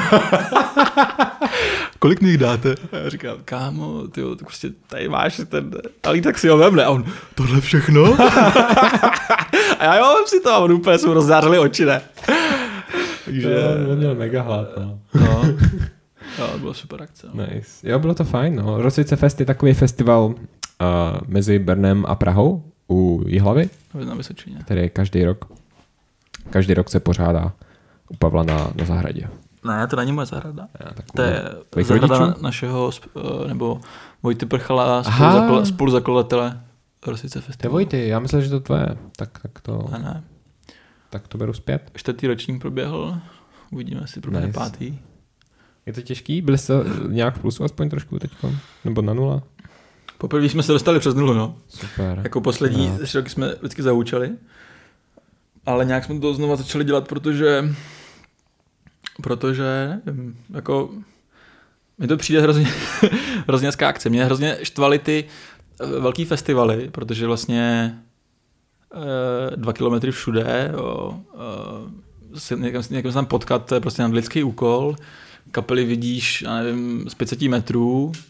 Kolik mi jich dáte? A já říkám, kámo, tyjo, tak prostě tady máš ten talík, si ho vemne. A on, tohle všechno? A já jo, vem si to. A on úplně jsou rozzářili oči, ne? Takže... No, on měl mega hlad, no. No. Jo, to bylo super akce. No. Nice. Jo, bylo to fajn, no. Rosice Fest je takový festival uh, mezi Brnem a Prahou u Jihlavy. Na Vysočině. Který je každý rok. Každý rok se pořádá u Pavla na, na zahradě. Ne, to není moje zahrada. Já, to je zahrada rodičů? Našeho, nebo Vojty Prchala, spoluzakl, spoluzakladatele Rosice Festivalu. To je Vojty, já myslel, že to tvoje. Tak, tak to... Ne, ne. Tak to beru zpět. Čtvrtý ročník proběhl, uvidíme, jestli proběhne nice. Pátý. Je to těžký? Byli jste nějak v plusu aspoň trošku teďko? Nebo na nula? Poprvé jsme se dostali přes nulu, no. Super. Jako poslední no. tři roky jsme vždycky zaučili. Ale nějak jsme to znovu začali dělat, protože protože nevím, jako mi to přijde hrozně hrozně hezká akce. Mě hrozně štvaly ty velký festivaly, protože vlastně e, dva kilometry všude, jo, e, se někam, někam se tam potkat, to je prostě nadlidský úkol. Kapely vidíš, já nevím, z pět set metrů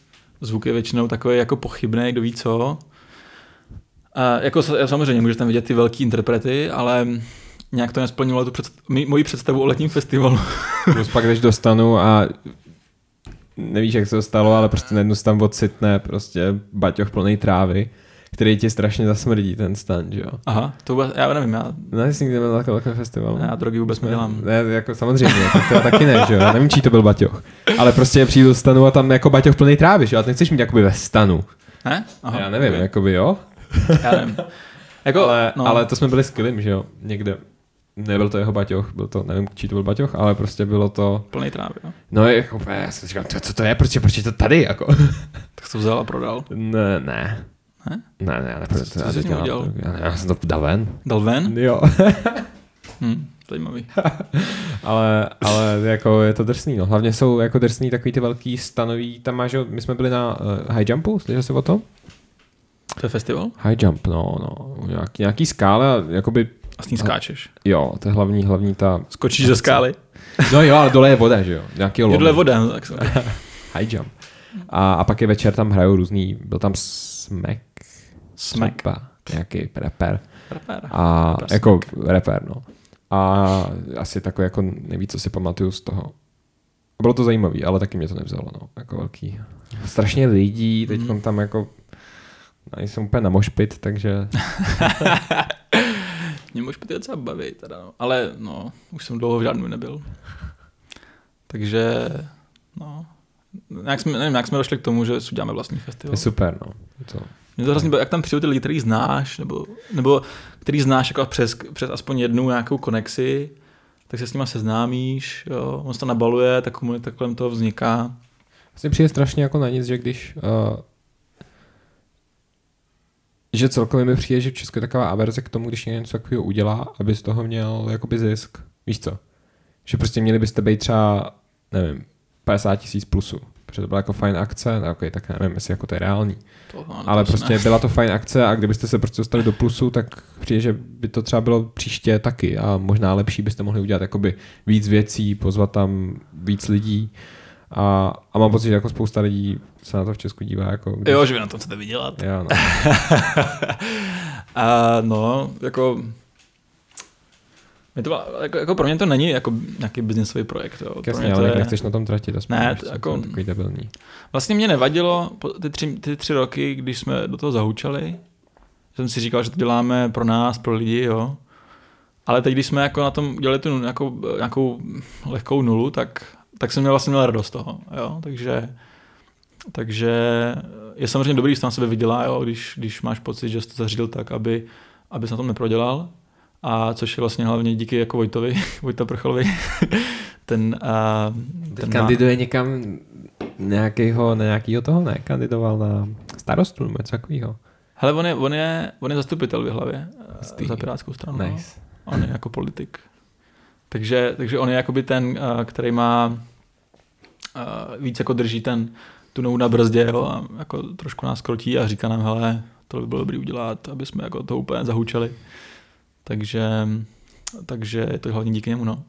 zvuk je většinou takový jako pochybný, kdo ví co. A jako samozřejmě můžeš tam vidět ty velký interprety, ale nějak to nesplňovalo tu předst- moji představu o letním festivalu. Plus pak jdeš do stanu a nevíš, jak se to stalo, ale prostě najednou se tam ocitne prostě baťoch plný trávy, který ti strašně zasmrdí ten stan, že jo. Aha, to vůbec, já nevím, já... No, jsi nikdy nebyl na takovém festivalu. Já drogy vůbec nedělám. Ne, jako samozřejmě, jako to taky ne, že jo. Já nevím, čí to byl baťoch. Ale prostě přijdu do stanu a tam jako baťoch plný trávy, že jo. A ty nechceš mít jakoby ve stanu. Ne? Aha, já nevím, okay. jakoby jo. Já nevím. Jako, ale, no. ale to jsme byli s Kilim, že jo, někde. Nebyl to jeho baťoch, byl to, nevím, čí to byl baťoch, ale prostě bylo to... Plný trávy, jo. No jako, já jsem říkal, co to je, proč, proč je to tady, jako? Tak to vzal a prodal. Ne, ne. Ne? Ne, ne, ne, co, co jsi udělal? Já, ne, já jsem to dal ven. Dal ven? Jo. hm, zajímavý. ale, ale jako je to drsný, no. Hlavně jsou jako drsný takový ty velký stanový, tam máš, my jsme byli na uh, High Jumpu, slyšel jsi o tom? To je festival? High Jump, no, no. Nějaký, nějaký skála, jakoby... A s ní skáčeš. Jo, to je hlavní, hlavní ta... Skočíš ze skály? No jo, ale dole je voda, že jo? Nějaký je dole voda, tak jsem High Jump. A, a pak je večer, tam hrajou různý, byl tam Smek. Smek. Nějaký rapper. Rapper. A rapper jako rapper, no. A asi takový jako nejvíc, co si pamatuju z toho. A bylo to zajímavý, ale taky mě to nevzalo, no. Jako velký. Strašně lidí, teď mm. tam jako nejsem úplně na mošpit, takže... Mě mošpit je docela baví teda, no. Ale no, už jsem dlouho v žádnou nebyl. Takže, no... Nějak jsme, nevím, jak jsme došli k tomu, že si uděláme vlastní festival. Je super, no. Je to... Mě to hrozně bylo, jak tam přijou ty lidi, který znáš, nebo, nebo který znáš jako přes, přes aspoň jednu nějakou konexi, tak se s nima seznámíš, jo, on se to nabaluje, ta komunita kolem toho vzniká. Vlastně přijde strašně jako na nic, že když... Uh, že celkově mi přijde, že v Česku je taková averze k tomu, když někdo něco takového udělá, aby z toho měl jakoby zisk. Víš co? Že prostě měli byste být třeba, nevím, padesát tisíc plusu. Protože to byla jako fajn akce, no okay, tak nevím, jestli jako to je reálný. To, no, ale to prostě ne. byla to fajn akce a kdybyste se prostě dostali do plusu, tak přijde, že by to třeba bylo příště taky a možná lepší byste mohli udělat jakoby víc věcí, pozvat tam víc lidí a, a mám pocit, že jako spousta lidí se na to v Česku dívá. Jako když... Jo, že vy na tom chcete vydělat. Jo, no. a no, jako... To, jako, jako pro mě to není jako nějaký biznisový projekt. Jo. Jasně, ale je... nechceš na tom tratit. Aspoň, ne, to jako... takový debilní. Vlastně mě nevadilo ty tři, ty tři roky, když jsme do toho zahučali. Jsem si říkal, že to děláme pro nás, pro lidi, jo. Ale teď, když jsme jako na tom dělali tu nějakou, nějakou lehkou nulu, tak, tak jsem měl vlastně měl radost toho, jo. Takže, takže je samozřejmě dobrý, že to na sebe vydělá, jo, když, když máš pocit, že jsi to zařídil tak, aby, abys na tom neprodělal. A což je vlastně hlavně díky jako Vojtovi, Vojta Prchalovi. ten, uh, ten kandiduje má... někam nějakýho, na nějakýho toho, ne? Kandidoval na starostu nebo něco takového. Hele, on je, on, je, on je zastupitel v Jihlavě uh, za Pirátskou stranu. Nice. On je jako politik. Takže, takže on je jakoby ten, uh, který má uh, víc jako drží ten tu nohu na brzdě, jo, a jako trošku nás krotí a říká nám, hele, to by bylo dobrý udělat, aby jsme jako to úplně zahučeli. Takže, takže je to hlavně díky němu, no.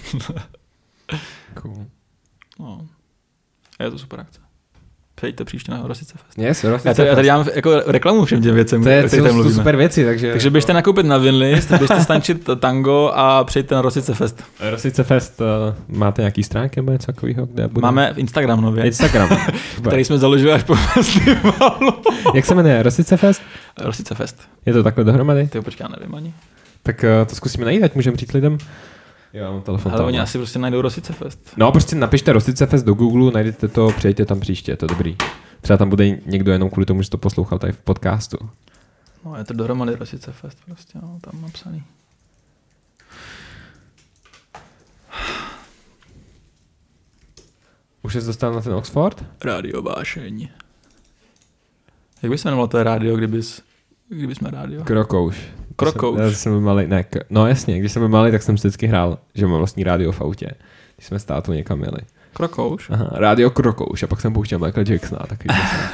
Cool. No. Je to super akce. Přejďte příště na Rosice Fest. Yes, Rosice já, tady, já tady dělám jako reklamu všem těm věcem. To je jsou super věci, takže... Takže běžte nakoupit na Winlist, běžte stančit tango a přejďte na Rosice Fest. Rosice Fest, uh, máte nějaký stránky nebo něco takového, kde bude? Máme Instagram nově. Instagram. který jsme založili až po festivalu. Jak se jmenuje? Rosice Fest? Rosice Fest. Je to takhle dohromady? Ty počkej, já nevím ani. Tak uh, to zkusíme najít, ať můžeme říct lidem. Jo, mám telefon. Ale oni asi prostě najdou Rosice Fest. No, prostě napište Rosice Fest do Google, najdete to, přijďte tam příště, to je dobrý. Třeba tam bude někdo jenom kvůli tomu, že to poslouchal tady v podcastu. No, je to dohromady Rosice Fest prostě, no, tam napsaný. Už jsi dostal na ten Oxford? Rádio Vášeň. Jak by se jmenovalo to rádio, kdybys, kdyby jsme rádio? Krokouš. Krokouš. Já jsem byl malý, ne, k- no jasně, když jsem byl malý, tak jsem vždycky hrál, že mám vlastní rádio v autě. Když jsme s tátou někam jeli. Krokouš? Aha, rádio Krokouš a pak jsem pouštěl Michael Jacksona. Takový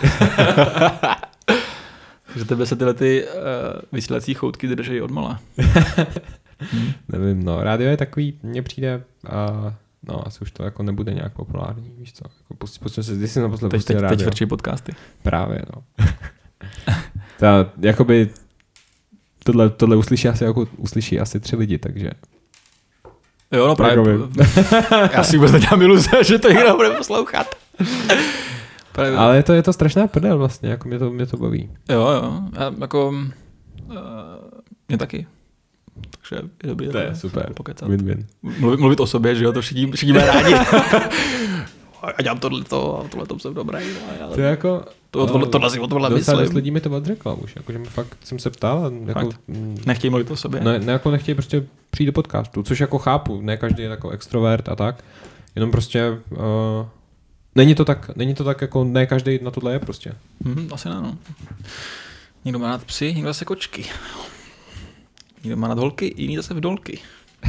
že tebe se tyhle ty uh, vysílací choutky držejí odmala. hmm. Nevím, no, rádio je takový, mně přijde, uh, no asi už to jako nebude nějak populární, víš co. Jako pustím pustím se, když si naposled Teď, pustil teď, teď rádio. vrčí podcasty. Právě, no. Ta, jakoby tohle, tohle uslyší asi, jako, uslyší asi tři lidi, takže... Jo, no právě. Já si vůbec nedělám iluze, že to někdo bude poslouchat. Právě. Ale to je to strašná prdel vlastně, jako mě to, mě to baví. Jo, jo, já jako... Uh, mě taky. Takže je dobrý. To je super. Pokecat. Win-win. Mluvit, mluvit o sobě, že jo, to všichni, všichni mají rádi. Já dělám tohleto a tohleto jsem dobrý. No, to je jako... To, tohle, tohle si o tohle myslím. Dost lidí mi to odřekla už, jakože mi fakt jsem se ptal. Jako, nechtějí mluvit o sobě? Ne, ne, jako nechtějí prostě přijít do podcastu, což jako chápu, ne každý je jako extrovert a tak, jenom prostě uh, není to tak, není to tak jako ne každý na tohle je prostě. Hmm, asi ne, no. Někdo má rád psy, někdo zase kočky. Někdo má rád holky, jiný zase vdolky.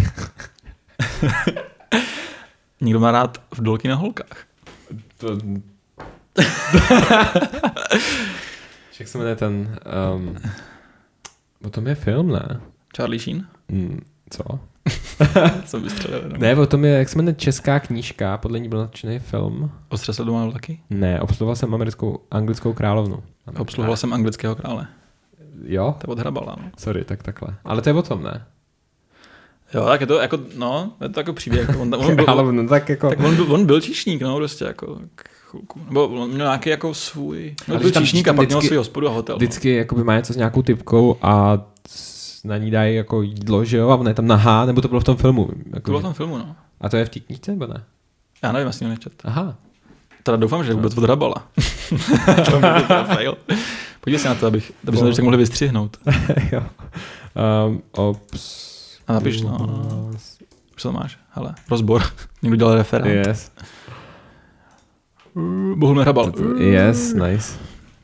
Někdo má rád vdolky na holkách. To... Jak se jmenuje ten... Um, o tom je film, ne? Charlie Sheen? Mm, co? Co bys střelil? No? Ne, o tom je, jak se jmenuje česká knížka, podle ní byl natčený film. Ostřesl doma na vlaky? Ne, obsluhoval jsem americkou, anglickou královnu. Obsluhoval ne. jsem anglického krále. Jo? To je od Hrabala, no. Sorry, tak takhle. Ale to je o tom, ne? Jo, tak je to jako, no, je to jako příběh. On, on, byl, ale no, tak jako... tak on, byl, on byl číšník, no, prostě jako chvilku. Nebo on měl nějaký jako svůj... No, byl číšník a pak měl svůj hospodu a hotel. Vždycky no. Jakoby má něco s nějakou typkou a na ní dají jako jídlo, že jo? A ona je tam nahá, nebo to bylo v tom filmu? Jako, to bylo v tom filmu, no. A to je v té knížce, nebo ne? Já nevím, jestli ho nečet. Aha. Teda doufám, že vůbec od Hrabala. To fail. Podívej se na to, abych, aby jsme to tak mohli vystřihnout. Jo. Um, ops... A napiš, no, no. Už to máš, hele, rozbor. Někdo dělal referát. Yes. Bohumil Hrabal. Yes, nice.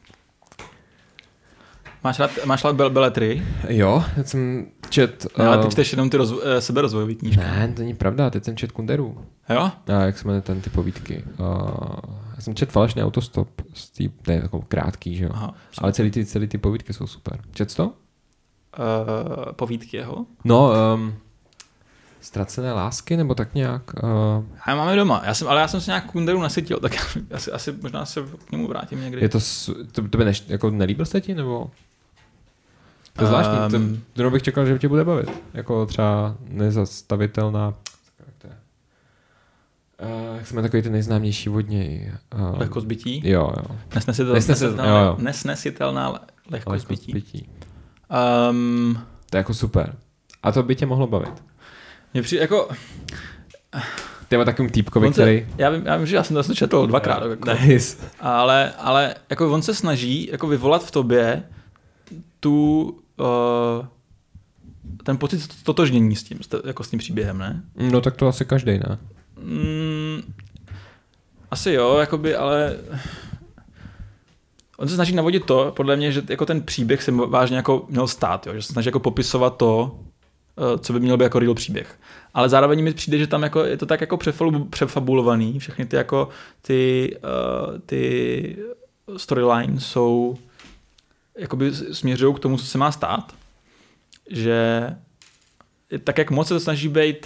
Máš rád, máš rád beletry? Jo, teď jsem čet... Uh, ale ty čteš jenom ty rozvo- seberozvojový knížky. Ne, to není pravda, teď jsem čet Kunderu. Jo? A jak se jmenuje ten ty povídky. Uh, já jsem čet Falešný autostop, tý, to je takový krátký, že jo. Aha, ale celý ty, celý ty povídky jsou super. Čet to? Uh, povídky jeho? No, um, Ztracené lásky, nebo tak nějak. Uh... Já máme doma, já jsem, ale já jsem se nějak Kunderu nasytil, tak asi, asi možná se k němu vrátím někdy. Je to, to, to by neš, jako nelíbil se ti, nebo? To je zvláštní, um, to, to bych čekal, že tě bude bavit. Jako třeba nezastavitelná, jak to je? Uh, jak jsme takový ty nejznámější vodněj. Uh, lehkost bytí? Jo, jo. Nesnesitelná, nesnesitelná, jo, jo. nesnesitelná lehkost, lehkost bytí. bytí. Um, to je jako super. A to by tě mohlo bavit. Mě přijde jako... Ty má takovým týpkovi, se, který... Já vím, já vím, že já jsem to asi četl dvakrát. Yeah, jako, nice. Ale, ale jako on se snaží jako vyvolat v tobě tu... Uh, ten pocit totožnění s tím, jako s tím příběhem, ne? No tak to asi každej, ne? Mm, asi jo, jakoby, ale... On se snaží navodit to, podle mě, že jako ten příběh se vážně jako měl stát, jo? Že se snaží jako popisovat to, co by měl být jako real příběh. Ale zároveň mi přijde, že tam jako, je to tak jako přefabulovaný, všechny ty jako ty, uh, ty storyline jsou jakoby směřují k tomu, co se má stát, že tak jak moc se to snaží být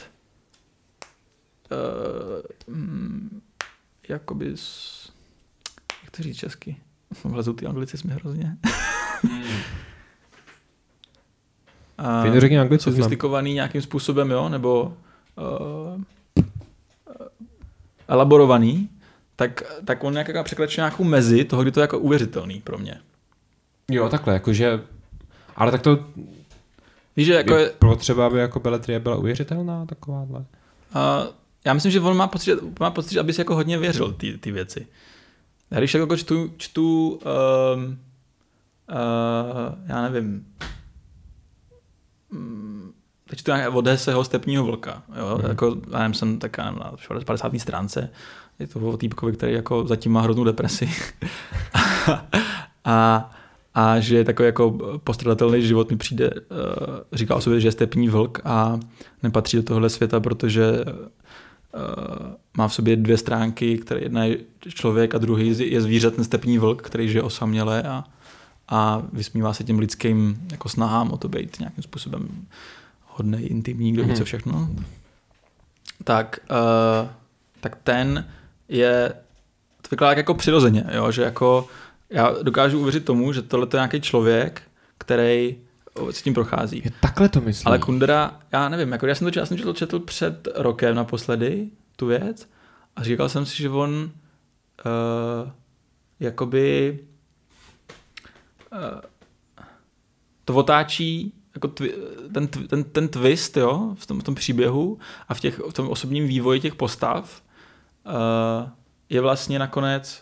uh, mm, jakoby s, jak to říct česky? Vlezou ty anglicismy hrozně. Ty řekni anglicky, sofistikovaný nějakým způsobem, jo, nebo uh, elaborovaný, tak, tak on nějaká překračuje nějakou mezi toho, kdy to je jako uvěřitelný pro mě. Jo, takhle, jakože, ale tak to víš, že jako je potřeba, aby jako beletrie byla uvěřitelná, takováhle. Uh, já myslím, že on má pocit, má pocit, že aby si jako hodně věřil ty, ty věci. Já když jako čtu, čtu uh, uh, já nevím, teď to nějak od Hesseho Stepního vlka. Jo? Mm. Jako, já nevím, jsem tak nevím, na padesáté stránce. Je to o týpkovi, který jako zatím má hroznou depresi. a, a že je takový jako postradatelný život mi přijde, uh, říká o sobě, že je stepní vlk a nepatří do tohohle světa, protože uh, má v sobě dvě stránky, které jedna je člověk a druhý je zvířat, ten stepní vlk, který žije osaměle a a vysmívá se těm lidským jako snahám o to být nějakým způsobem hodnej, intimní, kdo ví co všechno. tak, uh, tak ten je to vykládá jako přirozeně, jo? Že jako já dokážu uvěřit tomu, že tohle je nějaký člověk, který s tím prochází. Je takhle to myslím. Ale Kundera, já nevím, jako já jsem to já jsem četl, četl před rokem naposledy tu věc a říkal jsem si, že on uh, jakoby uh, to otáčí jako twi, ten, ten, ten twist, jo, v tom, v tom příběhu a v, těch, v tom osobním vývoji těch postav uh, je vlastně nakonec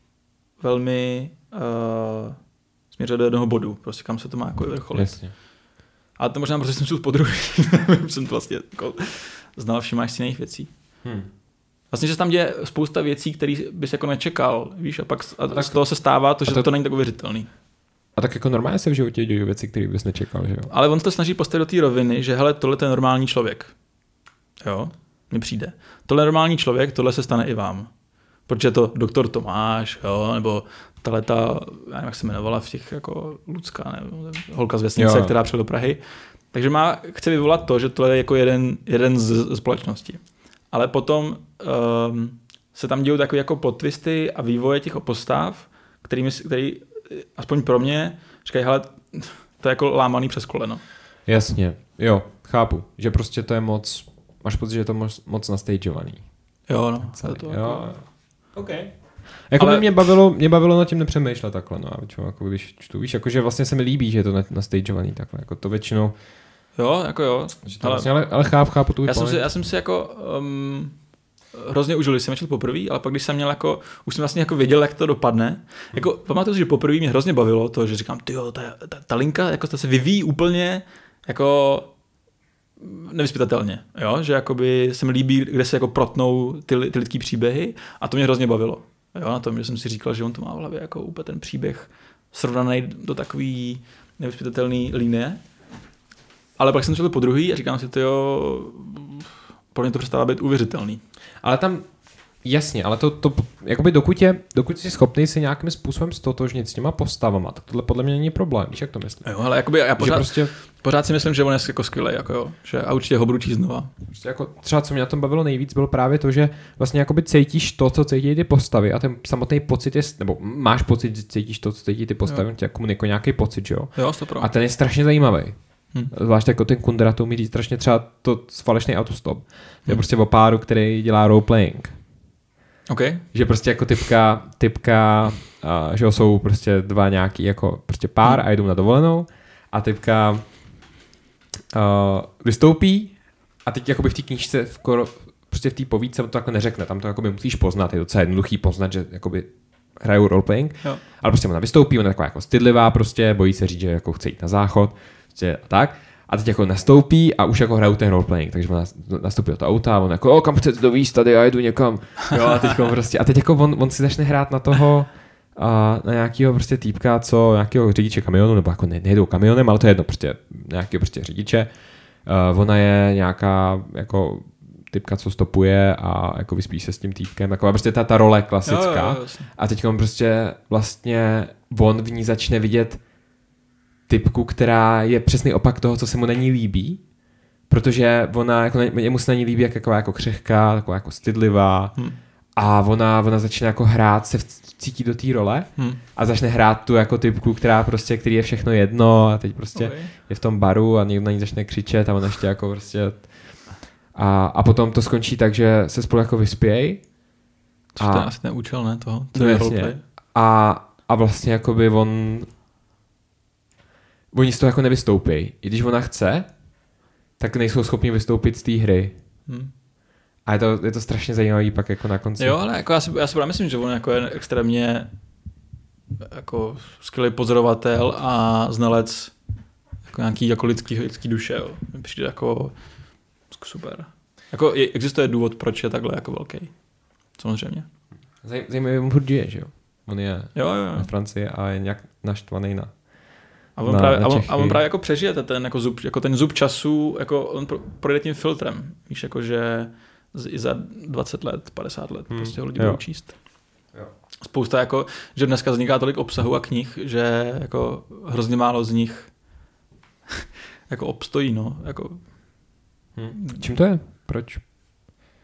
velmi uh, směřuje do jednoho bodu, prostě kam se to má jako vrcholit. Jasně. Ale to možná, protože jsem čul podruhý, jsem to vlastně jako znal všimáš si jiných věcí. Hmm. Vlastně, že se tam děje spousta věcí, které bys jako nečekal, víš, a pak a tak, z toho se stává to, že to, to není tak uvěřitelný. A tak jako normálně se v životě dějí věci, které bys nečekal, že jo? Ale on to snaží postavit do té roviny, že hele, tohle je normální člověk. Jo, mi přijde. Tohle je normální člověk, tohle se stane i vám. Protože to doktor Tomáš, jo, nebo tahle ta, já nevím, jak se jmenovala v těch jako Lucka, nebo holka z vesnice, jo, která přijela do Prahy. Takže má, chce vyvolat to, že tohle je jako jeden, jeden z, z společnosti. Ale potom um, se tam dějou takové jako podtwisty a vývoje těch postav, kterými, který aspoň pro mě říkají, hele, to je jako lámaný přes koleno. Jasně, jo, chápu, že prostě to je moc, máš pocit, že je to moc, moc nastageovaný. Jo, no. Celý, to jo. jako... Okay. Jako Ale... mě bavilo, mě bavilo nad tím nepřemýšlet takhle, no, většinou, jako když čtu, víš, jakože vlastně se mi líbí, že je to nastageovaný takhle, jako to většinou. Jo, jako jo. Ale, vlastně, ale, ale chápu, chápu tu já jsem, si, já jsem si jako um, hrozně užil, když jsem četl poprvé, ale pak když jsem měl jako, už jsem vlastně jako věděl, jak to dopadne. Hmm. Jako pamatuju si, že poprvé mě hrozně bavilo to, že říkám, tyjo, ta, ta, ta linka, jako ta se vyvíjí úplně jako nevyspytatelně, jo, že jakoby se mi líbí, kde se jako protnou ty, ty lidský příběhy a to mě hrozně bavilo. Jo, na tom, že jsem si říkal, že on to má v hlavě jako úplně ten příběh srovnaný do takový nevyspytatelný linie. Ale pak jsem to po druhý a říkám si, to jo, pro mě to přestává být uvěřitelný. Ale tam, jasně, ale to, to jakoby dokud, je, dokud jsi schopný se nějakým způsobem stotožnit s těma postavama, tak tohle podle mě není problém, víš, jak to myslím? Jo, ale jakoby já pořád, prostě... pořád si myslím, že on je jako skvělej, jako jo, že a určitě ho budu číst znova. Prostě jako třeba, co mě na tom bavilo nejvíc, bylo právě to, že vlastně jakoby cítíš to, co cítí ty postavy a ten samotný pocit je, nebo máš pocit, že cítíš to, co cítí ty postavy, tě komunikuje jako nějaký pocit, že jo? Jo, to pro. A ten je strašně zajímavý. Hmm. Zvlášť jako ten Kundera to umí říct strašně třeba to falešný autostop. To je hmm. prostě o páru, který dělá roleplaying. Okay. Že prostě jako typka, typka uh, že jsou prostě dva nějaký jako prostě pár hmm. a jdou na dovolenou a typka uh, vystoupí a teď jakoby v té knížce v koro, prostě v té povídce to takhle neřekne, tam to jakoby musíš poznat, je docela jednoduchý poznat, že jakoby hrajou roleplaying, jo. Ale prostě ona vystoupí, ona je taková jako stydlivá prostě, bojí se říct, že jako chce jít na záchod, prostě a tak. A teď jako nastoupí a už jako hrajou ten roleplaying, takže ona nastoupí do toho auta a on jako, o, kam chcete dovízt tady, já jdu někam. Jo, a teď prostě, a teď jako on, on si začne hrát na toho, a na nějakého prostě týpka, co, nějakého řidiče kamionu, nebo jako ne, nejedou kamionem, ale to je jedno, prostě nějakého prostě řidiče. Uh, ona je nějaká jako typka, co stopuje a jako vyspí se s tím týpkem, jako prostě ta, ta role klasická. Jo, jo, jo, a teď on prostě vlastně on v ní začne vidět typku, která je přesný opak toho, co se mu na ní líbí, protože ona, jako, jemu se na ní líbí jak, jako, jako křehká, taková jako stydlivá hmm. a ona, ona začne jako hrát, se cítí do té role hmm. a začne hrát tu jako typku, která prostě, který je všechno jedno a teď prostě okay. je v tom baru a někdo na ní začne křičet a ona ještě jako prostě a, a potom to skončí tak, že se spolu jako vyspějí. Což to je asi ten účel, ne, toho? No jasně. A, a vlastně jakoby on oni z toho jako nevystoupí. I když ona chce, tak nejsou schopni vystoupit z té hry. Hmm. A je to, je to strašně zajímavý pak jako na konci. Jo, ale jako já si, já si právě myslím, že on jako je extrémně jako skvělý pozorovatel a znalec jako nějaký jako lidský, lidský duše. Jo. Mi přijde jako super. Jako je, existuje důvod, proč je takhle jako velký. Samozřejmě. Zaj, zajímavý, on furt žije, že jo? On je jo, jo, jo. na Francii a je nějak naštvaný na A on, na, právě, na a, on, a on právě jako přežije ten, jako zub, jako ten zub času, jako on projde tím filtrem. Víš, jako že i za dvacet let, padesát let hmm. prostě ho lidi budou číst. Jo. Spousta jako, že dneska vzniká tolik obsahu a knih, že jako hrozně málo z nich jako obstojí, no. Jako... Hmm. Čím to je? Proč?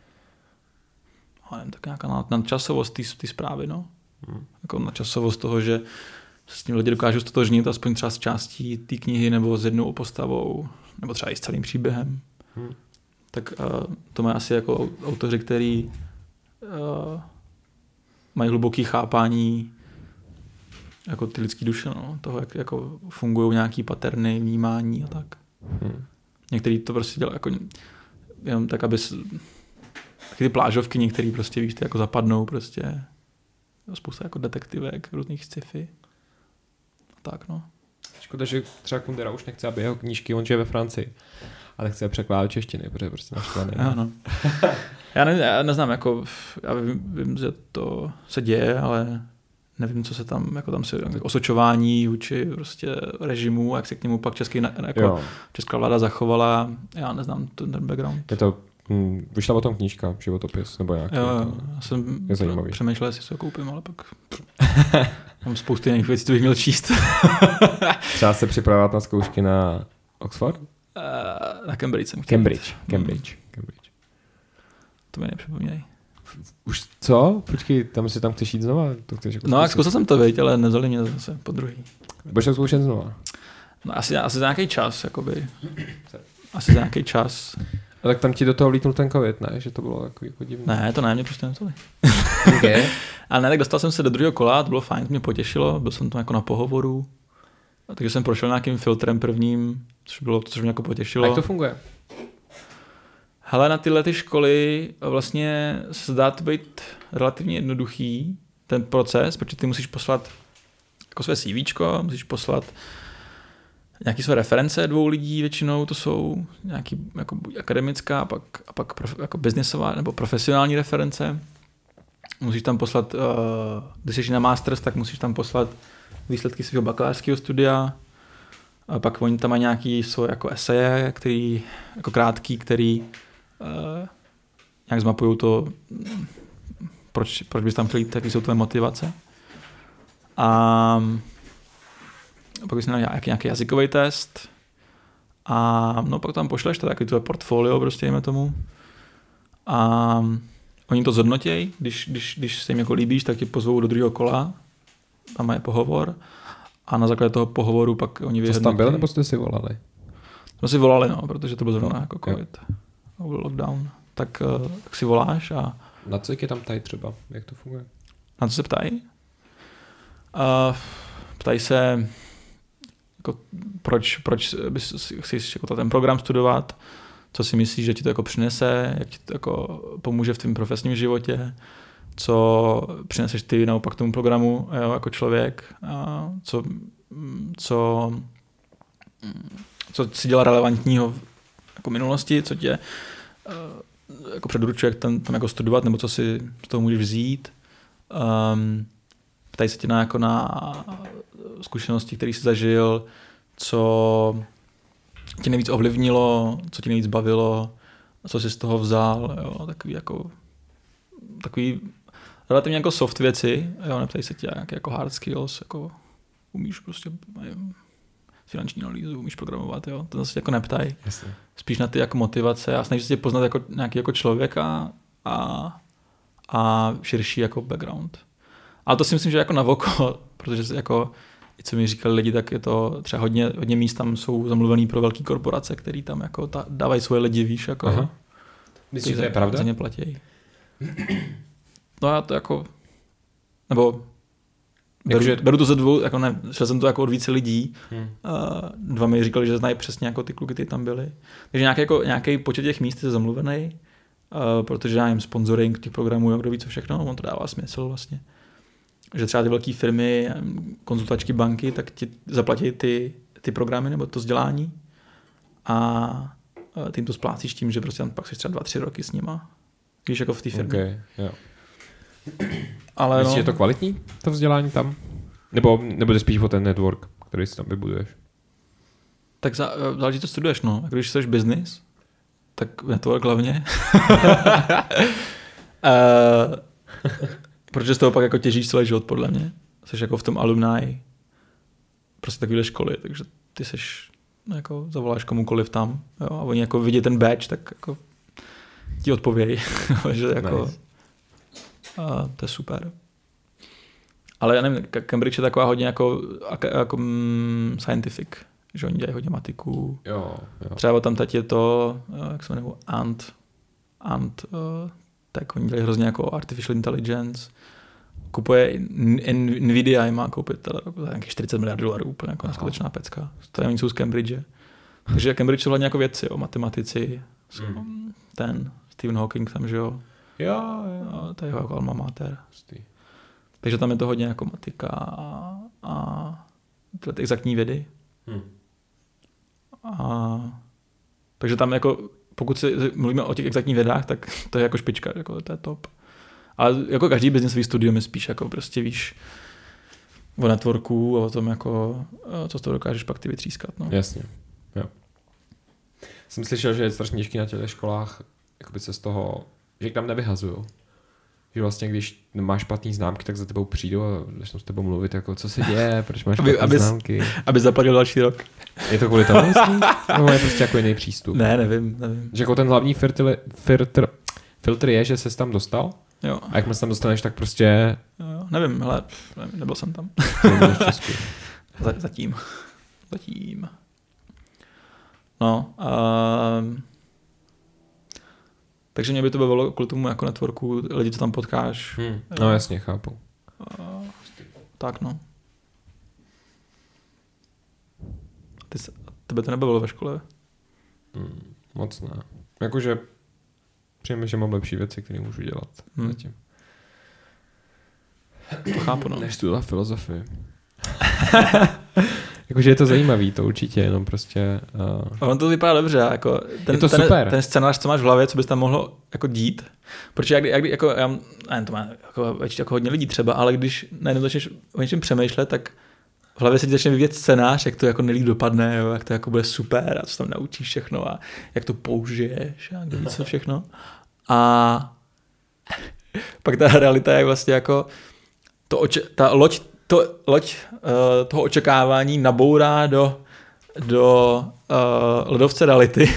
nevím, tak nějaká nadčasovost té zprávy, no. Hmm. Jako nadčasovost toho, že se s tím lidi dokážou stotožnit aspoň třeba s částí té knihy nebo s jednou postavou, nebo třeba i s celým příběhem. Hmm. Tak uh, to má asi jako autoři, který uh, mají hluboký chápání jako ty lidský duše, no, toho, jak jako fungují nějaký paterny, vnímání a tak. Hmm. Některý to prostě dělají jako jenom tak, aby s, taky ty plážovky některý prostě, víš, ty jako zapadnou prostě spousta jako detektivek, různých sci-fi. A tak, no. Škoda, že třeba Kundera už nechce, aby jeho knížky, on žije ve Francii, ale chce je překládat češtiny, protože prostě naštvaný. Ano. Já, ne, já neznám, jako, já vím, vím, že to se děje, ale nevím, co se tam, jako tam se osočování vůči prostě režimu, jak se k němu pak český, jako česká vláda zachovala. Já neznám ten, ten background. Je to, hm, vyšla o tom knížka, životopis, nebo nějaký. Jo, jo, já jsem je zajímavý. Přemýšlel, jestli se ho koupím, ale pak mám spousty jiných věcí, co bych měl číst. Třeba se připravovat na zkoušky na Oxford? Uh, na Cambridge jsem Cambridge, Cambridge, hmm. Cambridge. To mi nepřipomínej. Už co? Počkej, tam si tam chceš jít znova? To chceš jako no, jak zkusil jsem to, vidět, ale nevzali mě zase po druhý. Budeš to zkoušet znova? No, asi, asi za nějaký čas, jakoby. Asi za nějaký čas. A tak tam ti do toho vlítnul ten covid, ne? Že to bylo jako, jako divné. Ne, to ne, mě prostě nevzali. Okay. A ne, tak dostal jsem se do druhého kola, to bylo fajn, to mě potěšilo, byl jsem tam jako na pohovoru. A takže jsem prošel nějakým filtrem prvním, což bylo to, což mě jako potěšilo. A jak to funguje? Hele, na tyhle ty školy vlastně se zdá to být relativně jednoduchý ten proces, protože ty musíš poslat jako své CVčko, musíš poslat nějaké své reference dvou lidí většinou, to jsou nějaký jako buď akademická, a pak, a pak prof, jako businessová nebo profesionální reference. Musíš tam poslat, uh, když jsi na masters, tak musíš tam poslat výsledky svého bakalářského studia. A pak oni tam mají nějaký svoje jako eseje, který, jako krátký, který uh, nějak zmapují to, proč, proč bys tam chtěl jít, jaký jsou tvoje motivace. A pak bys měl nějaký, nějaký jazykový test. A no pak tam pošleš to takový tvoje portfolio, prostě jíme tomu. A oni to zhodnotějí, když, když, když se jim jako líbíš, tak tě pozvou do druhého kola, tam mají pohovor a na základě toho pohovoru pak oni vyhodnotí. To jsi tam byl, nebo jste si volali? Jsme si volali, no, protože to byl zrovna no, jako covid, byl lockdown. Tak, tak si voláš a... Na co je tam ptají třeba? Jak to funguje? Na co se ptají? Uh, ptají se, jako, proč, proč bys, chceš jako ten program studovat, co si myslíš, že ti to jako přinese, jak ti to jako pomůže v tvém profesním životě, co přineseš ty naopak tomu programu, jo, jako člověk, a co, co, co si dělá relevantního jako minulosti, co tě jako předurčuje, jak tam, tam jako studovat, nebo co si z toho můžeš vzít. Um, ptají se tě na, jako na zkušenosti, které jsi zažil, co tě nejvíc ovlivnilo, co tě nejvíc bavilo, co jsi z toho vzal, jo, takový jako takový relativně jako soft věci, jo, neptají se tě nějaké jako hard skills, jako umíš prostě nevím, finanční analýzu, umíš programovat, jo, to se jako neptají. Jasně. Spíš na ty jako motivace a snaží se tě poznat jako nějaký jako člověka a, a širší jako background. Ale to si myslím, že jako na oko, protože jako i co mi říkali lidi, tak je to třeba hodně, hodně míst tam jsou zamluvený pro velké korporace, který tam jako ta, dávají svoje lidi, víš, jako. Aha. Myslíš, že to je pravda? Za ně platí. No já to jako, nebo beru, že... beru to ze dvou, jako ne, šel jsem to jako od více lidí. Hmm. Uh, dva mi říkali, že znají přesně jako ty kluky, ty tam byli. Takže nějaký, jako, nějaký počet těch míst je zamluvený, uh, protože já jim sponsoring těch programů, kdo ví co všechno, on to dává smysl vlastně. Že třeba ty velké firmy, konzultačky banky, tak ti zaplatí ty, ty programy nebo to vzdělání a ty jim to splácíš tím, že prostě tam pak jsi třeba dva, tři roky s nima. Víš, jako v té firmě. Okay, jo. Ale myslíš, no, že je to kvalitní, to vzdělání tam? Nebo, nebo jde spíš o ten network, který si tam vybuduješ? Tak za, záleží, co studuješ, no. A když jsi business, tak network hlavně. uh, protože z toho pak jako těžíš celý život, podle mě. Jsi jako v tom alumni, prostě takovýhle školy, takže ty seš, no, jako zavoláš komukoliv tam, jo, a oni jako vidí ten badge, tak jako ti odpovějí, že jako, nice. A to je super. Ale já nevím, Cambridge je taková hodně jako, jako mm, scientific, že oni dělají hodně matiků. Jo, jo. Třeba tam teď je to, jak se jmenuje, Ant, Ant, uh, tak oni dělají hrozně jako artificial intelligence. Kupuje Nvidia, má koupit za nějakých čtyřicet miliard dolarů, úplně jako neskutečná pecka. To je oni jsou z Cambridge. Takže Cambridge jsou hlavně jako vědci, jo, matematici, mm. ten Stephen Hawking tam, že jo. Jo, jo. To je jeho jako alma mater. Takže tam je to hodně jako matika a, a tyhle exaktní vědy. Hmm. A, takže tam jako, pokud si mluvíme o těch exaktních vědách, tak to je jako špička, jako to je top. Ale jako každý biznisový studium je spíš jako prostě víš o networku a o tom jako, co z toho dokážeš pak ty vytřískat. No. Jasně, jo. Jsem slyšel, že je strašně těžký na těch školách jakoby se z toho, že k nám nevyhazujou. Že vlastně, když máš špatný známky, tak za tebou přijdou a začnou s tebou mluvit, jako co se děje, proč máš špatný aby, známky. Aby zapadl další rok. Je to kvůli tomu, myslíš? Nebo je prostě jako jiný přístup? Ne, nevím, nevím. Že jako ten hlavní filtr, filtr, filtr je, že ses tam dostal? Jo. A jak se tam dostaneš, tak prostě... Jo, jo. Nevím, hele, nevím, nebyl jsem tam. Za, zatím. Zatím. No, um, takže mě by to bavilo kvůli tomu jako networku, lidi, co tam potkáš. Hmm. No jasně, chápu. Uh, tak no. Ty se, tebe to nebavilo ve škole? Hmm, moc ne. Jakože přijeme, že mám lepší věci, které můžu dělat hmm. zatím. To chápu, no. Než studovat filozofii. Jakože je to zajímavý, to určitě, jenom prostě... Uh... On to vypadá dobře, jako ten, je to ten, super. Ten scénář, co máš v hlavě, co bys tam mohlo jako dít, protože jak, jak jako, já, nevím, to má jako, jako hodně lidí třeba, ale když najednou začneš o něčem přemýšlet, tak v hlavě se ti začne vyvíjet scénář, jak to jako nejlíp dopadne, jo, jak to jako bude super a co tam naučíš všechno a jak to použiješ a kdo ví co všechno. A pak ta realita je vlastně jako to oče, ta loď To, loď uh, toho očekávání nabourá do, do uh, ledovce reality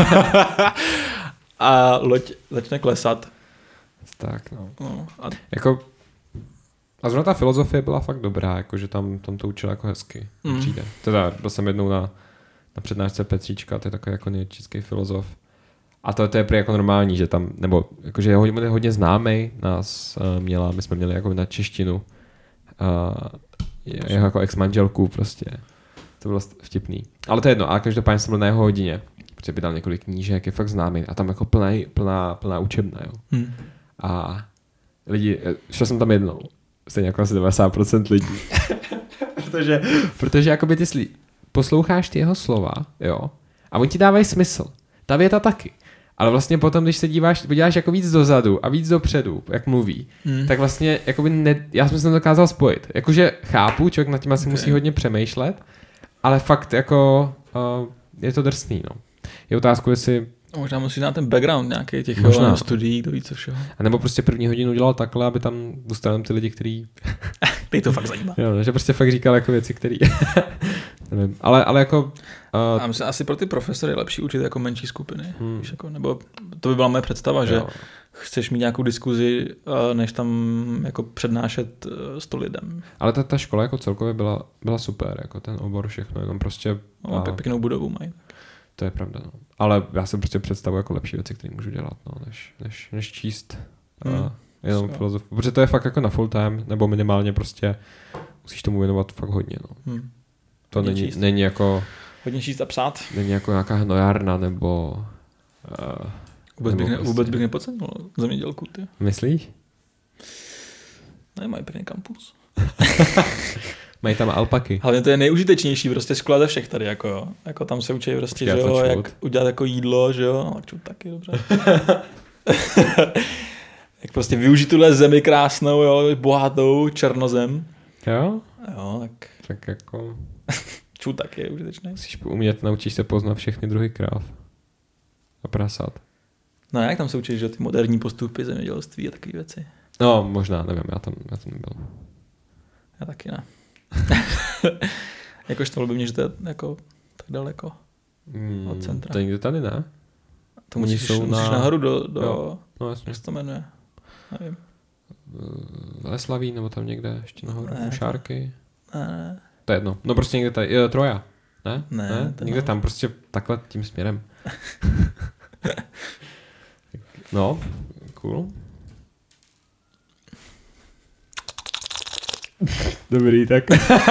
a loď začne klesat. Tak, no. no a... Jako, a zrovna ta filozofie byla fakt dobrá, jakože tam, tam to učilo jako hezky. Mm. Přijde. Teda byl jsem jednou na, na přednášce Petříčka, to je takový jako nejčistý filozof. A to, to je prý jako normální, že tam, nebo jakože je hodně, hodně známej nás uh, měla, my jsme měli jako na češtinu. Uh, jeho jako ex-manželku prostě. To bylo vtipný. Ale to je jedno, ale každopádně jsem byl na jeho hodině, protože by dal několik knížek, je fakt známý a tam jako plná, plná, plná učebna, jo. Hmm. A lidi, šel jsem tam jednou, stejně jako asi devadesát procent lidí. protože, protože jakoby ty slí, posloucháš ty jeho slova, jo, a oni ti dávají smysl. Ta věta taky. Ale vlastně potom, když se díváš, podíváš jako víc dozadu a víc dopředu, jak mluví, hmm. tak vlastně jakoby ne, já jsem se nedokázal spojit. Jakože chápu, člověk nad tím asi okay. musí hodně přemýšlet, ale fakt jako uh, je to drsný, no. Je otázku, jestli... Možná musí znát ten background nějaký těch možná. studií, kdo ví co všeho. A nebo prostě první hodinu dělal takhle, aby tam dostal ty lidi, který... Ty to fakt zajímá. Jo, že prostě fakt říkal jako věci, který... Nevím, ale, ale jako... Uh... A myslím, asi pro ty profesory je lepší učit jako menší skupiny. Hmm. Víš, jako, nebo to by byla moje představa, jo. Že chceš mít nějakou diskuzi, než tam jako přednášet sto lidem. Ale ta, ta škola jako celkově byla, byla super, jako ten obor, všechno, jenom prostě... No, a... pěknou budovu mají. To je pravda, no. Ale já si prostě představuji jako lepší věci, které můžu dělat, no, než, než, než číst hmm. uh, jenom filozofii. Protože to je fakt jako na full time, nebo minimálně prostě musíš tomu věnovat fakt hodně, no. Hmm. To není, není jako... Hodně číst a psát. Není jako nějaká hnojárna, nebo... Uh, vůbec, bych ne, prostě... vůbec bych nepodcenil zemědělku, ty. Myslíš? Ne, mají pěkný kampus. Mají tam alpaky. Hlavně to je nejužitečnější prostě škola ze všech tady, jako jo. Jako tam se učí prostě, že jo, jak udělat jako jídlo, že jo. No, čut taky, dobře. Jak prostě využít tuhle zemi krásnou, jo, bohatou černozem. Jo? Jo, tak... Tak jako... Čut taky je užitečný. Musíš umět, naučíš se poznat všechny druhy kráv. A prasat. No jak tam se učíš, že ty moderní postupy zemědělství a takové věci? No, možná, nevím, já tam, já tam nebyl. Já taky ne. Jakož to by mě, že to je jako tak daleko hmm, od centra. To nikdo tady ne? To musíš, musíš na... nahoru do, do jo, no, jasně. jak se to jmenuje? Nevím. Veleslaví, nebo tam někde ještě nahoru, Ne. Šárky. Ne, To je jedno. No prostě někde tady, jo, Troja. Ne? Ne, ne? to Někde ne. tam prostě takhle tím směrem. No, cool. Dobrý, tak.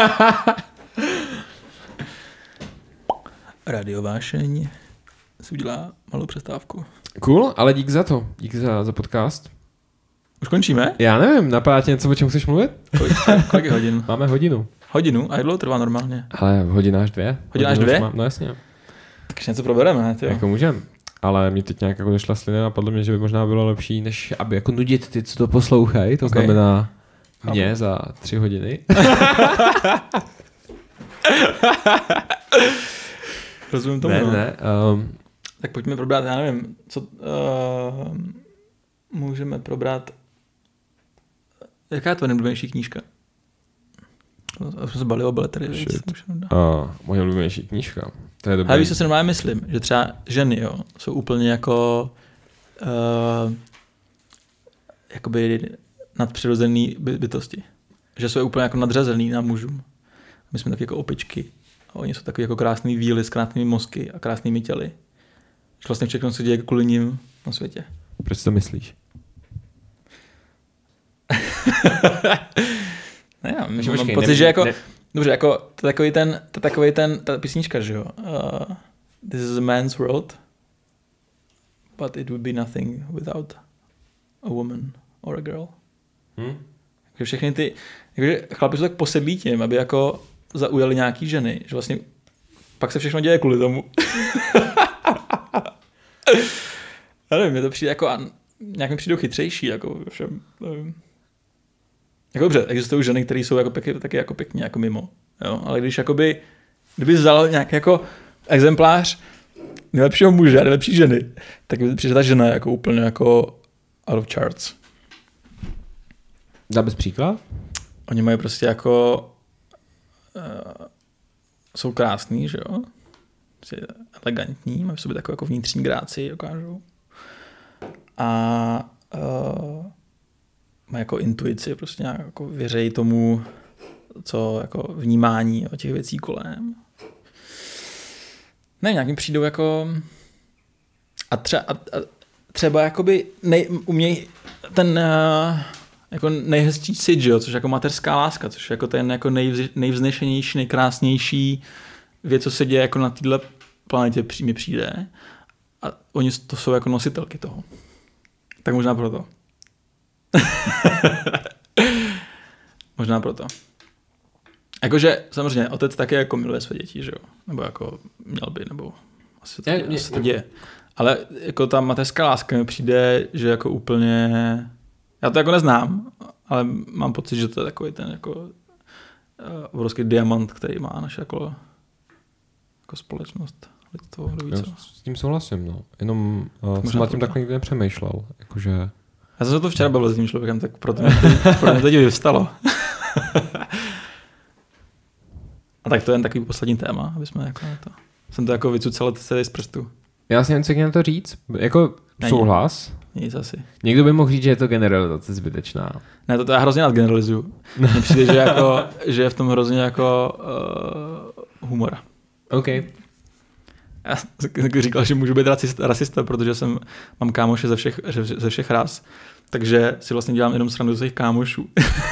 Radiovášeň si udělá malou přestávku. Cool, ale dík za to. Dík za, za podcast. Už končíme? Já nevím, napadá tě něco, o čem chceš mluvit? Kolik, kolik je hodin? Máme hodinu. Hodinu? A jak dlouho trvá normálně? Ale hodina až dvě. Hodina až Hodinu už dvě? Mám, no jasně. Takže něco probereme, ne? Tyjo. Jako můžem. Ale mě teď nějak jako došla slina a podle mě, že by možná bylo lepší, než aby jako nudit ty, co to poslouchají. To Okay. znamená mě za tři hodiny. Rozumím tomu, ne, no. ne. Um, Tak pojďme probrat, já nevím, co uh, můžeme probrat. Jaká je tvoje nejoblíbenější knížka? A jsme se bali o beletrii. uh, moje oblíbenější knížka. To je dobrý. Ale víš, co si normálně myslím? Že třeba ženy, jo, jsou úplně jako uh, jakoby nadpřirozený by, bytosti. Že jsou úplně jako nadřazený na mužům. My jsme taky jako opičky. A oni jsou takový jako krásný víly s krásnými mozky a krásnými těly. Že vlastně všechno se děje kvůli nim na světě. Proč to myslíš? Ne, já Takže mám počkej, pocit, ne, že jako, ne. dobře, jako to takový ten, to takový ten, ta písnička, že jo. Uh, this is a man's world, but it would be nothing without a woman or a girl. Hm? Takže všechny ty, jakože chlapi jsou tak posedlí tím, aby jako zaujali nějaký ženy, že vlastně pak se všechno děje kvůli tomu. Já nevím, mě to přijde jako, nějak mi přijdou chytřejší, jako všem, nevím. Jako dobře, existují ženy, které jsou jako pěkně, taky jako pěkně jako mimo, jo? Ale když jakoby, kdyby vzal nějaký jako exemplář nejlepšího muže a nejlepší ženy, tak by přijde ta žena jako úplně jako out of charts. Dá bez příklad? Oni mají prostě jako uh, jsou krásný, že jo? Prostě elegantní, mají v sobě takovou jako vnitřní gráci, dokážou. A uh, mají jako intuici, prostě nějak jako věřejí tomu, co jako vnímání o těch věcí kolem. Ne, nějak mi přijdou jako a, tře, a, a třeba jakoby nej, umějí ten uh, jako nejhezčí cit, že jo, což jako mateřská láska, což jako ten jako nejvz, nejvznešenější, nejkrásnější věc, co se děje jako na této planetě mi přijde. A oni to jsou jako nositelky toho. Tak možná proto. Možná proto. Jakože samozřejmě otec také jako miluje své děti, že jo? Nebo jako měl by, nebo asi to, děje, asi to děje. Ale jako ta mateřská láska mi přijde, že jako úplně, já to jako neznám, ale mám pocit, že to je takový ten jako uh, obrovský diamant, který má naše jako, jako společnost. Lidstvo, Já s tím souhlasím, no. Jenom uh, jsem nad tím tak nikdy nepřemýšlel. Jakože... Já jsem se to včera bavil s tím člověkem, tak proto mě to, proto mě to vyvstalo. A tak to je jen takový poslední téma, aby jsme jako to... Jsem to jako vycucal celý z prstu. Já si něco na to říct. Jako Není. souhlas. Nic asi. Někdo by mohl říct, že je to generalizace zbytečná. Ne, to, to já hrozně nadgeneralizuju. Mně přijde, že, jako, že je v tom hrozně jako uh, humor. OK. Já jsem říkal, že můžu být rasista, rasista, protože jsem, mám kámoše ze všech, ze všech ras, takže si vlastně dělám jenom srandu ze svých kámošů.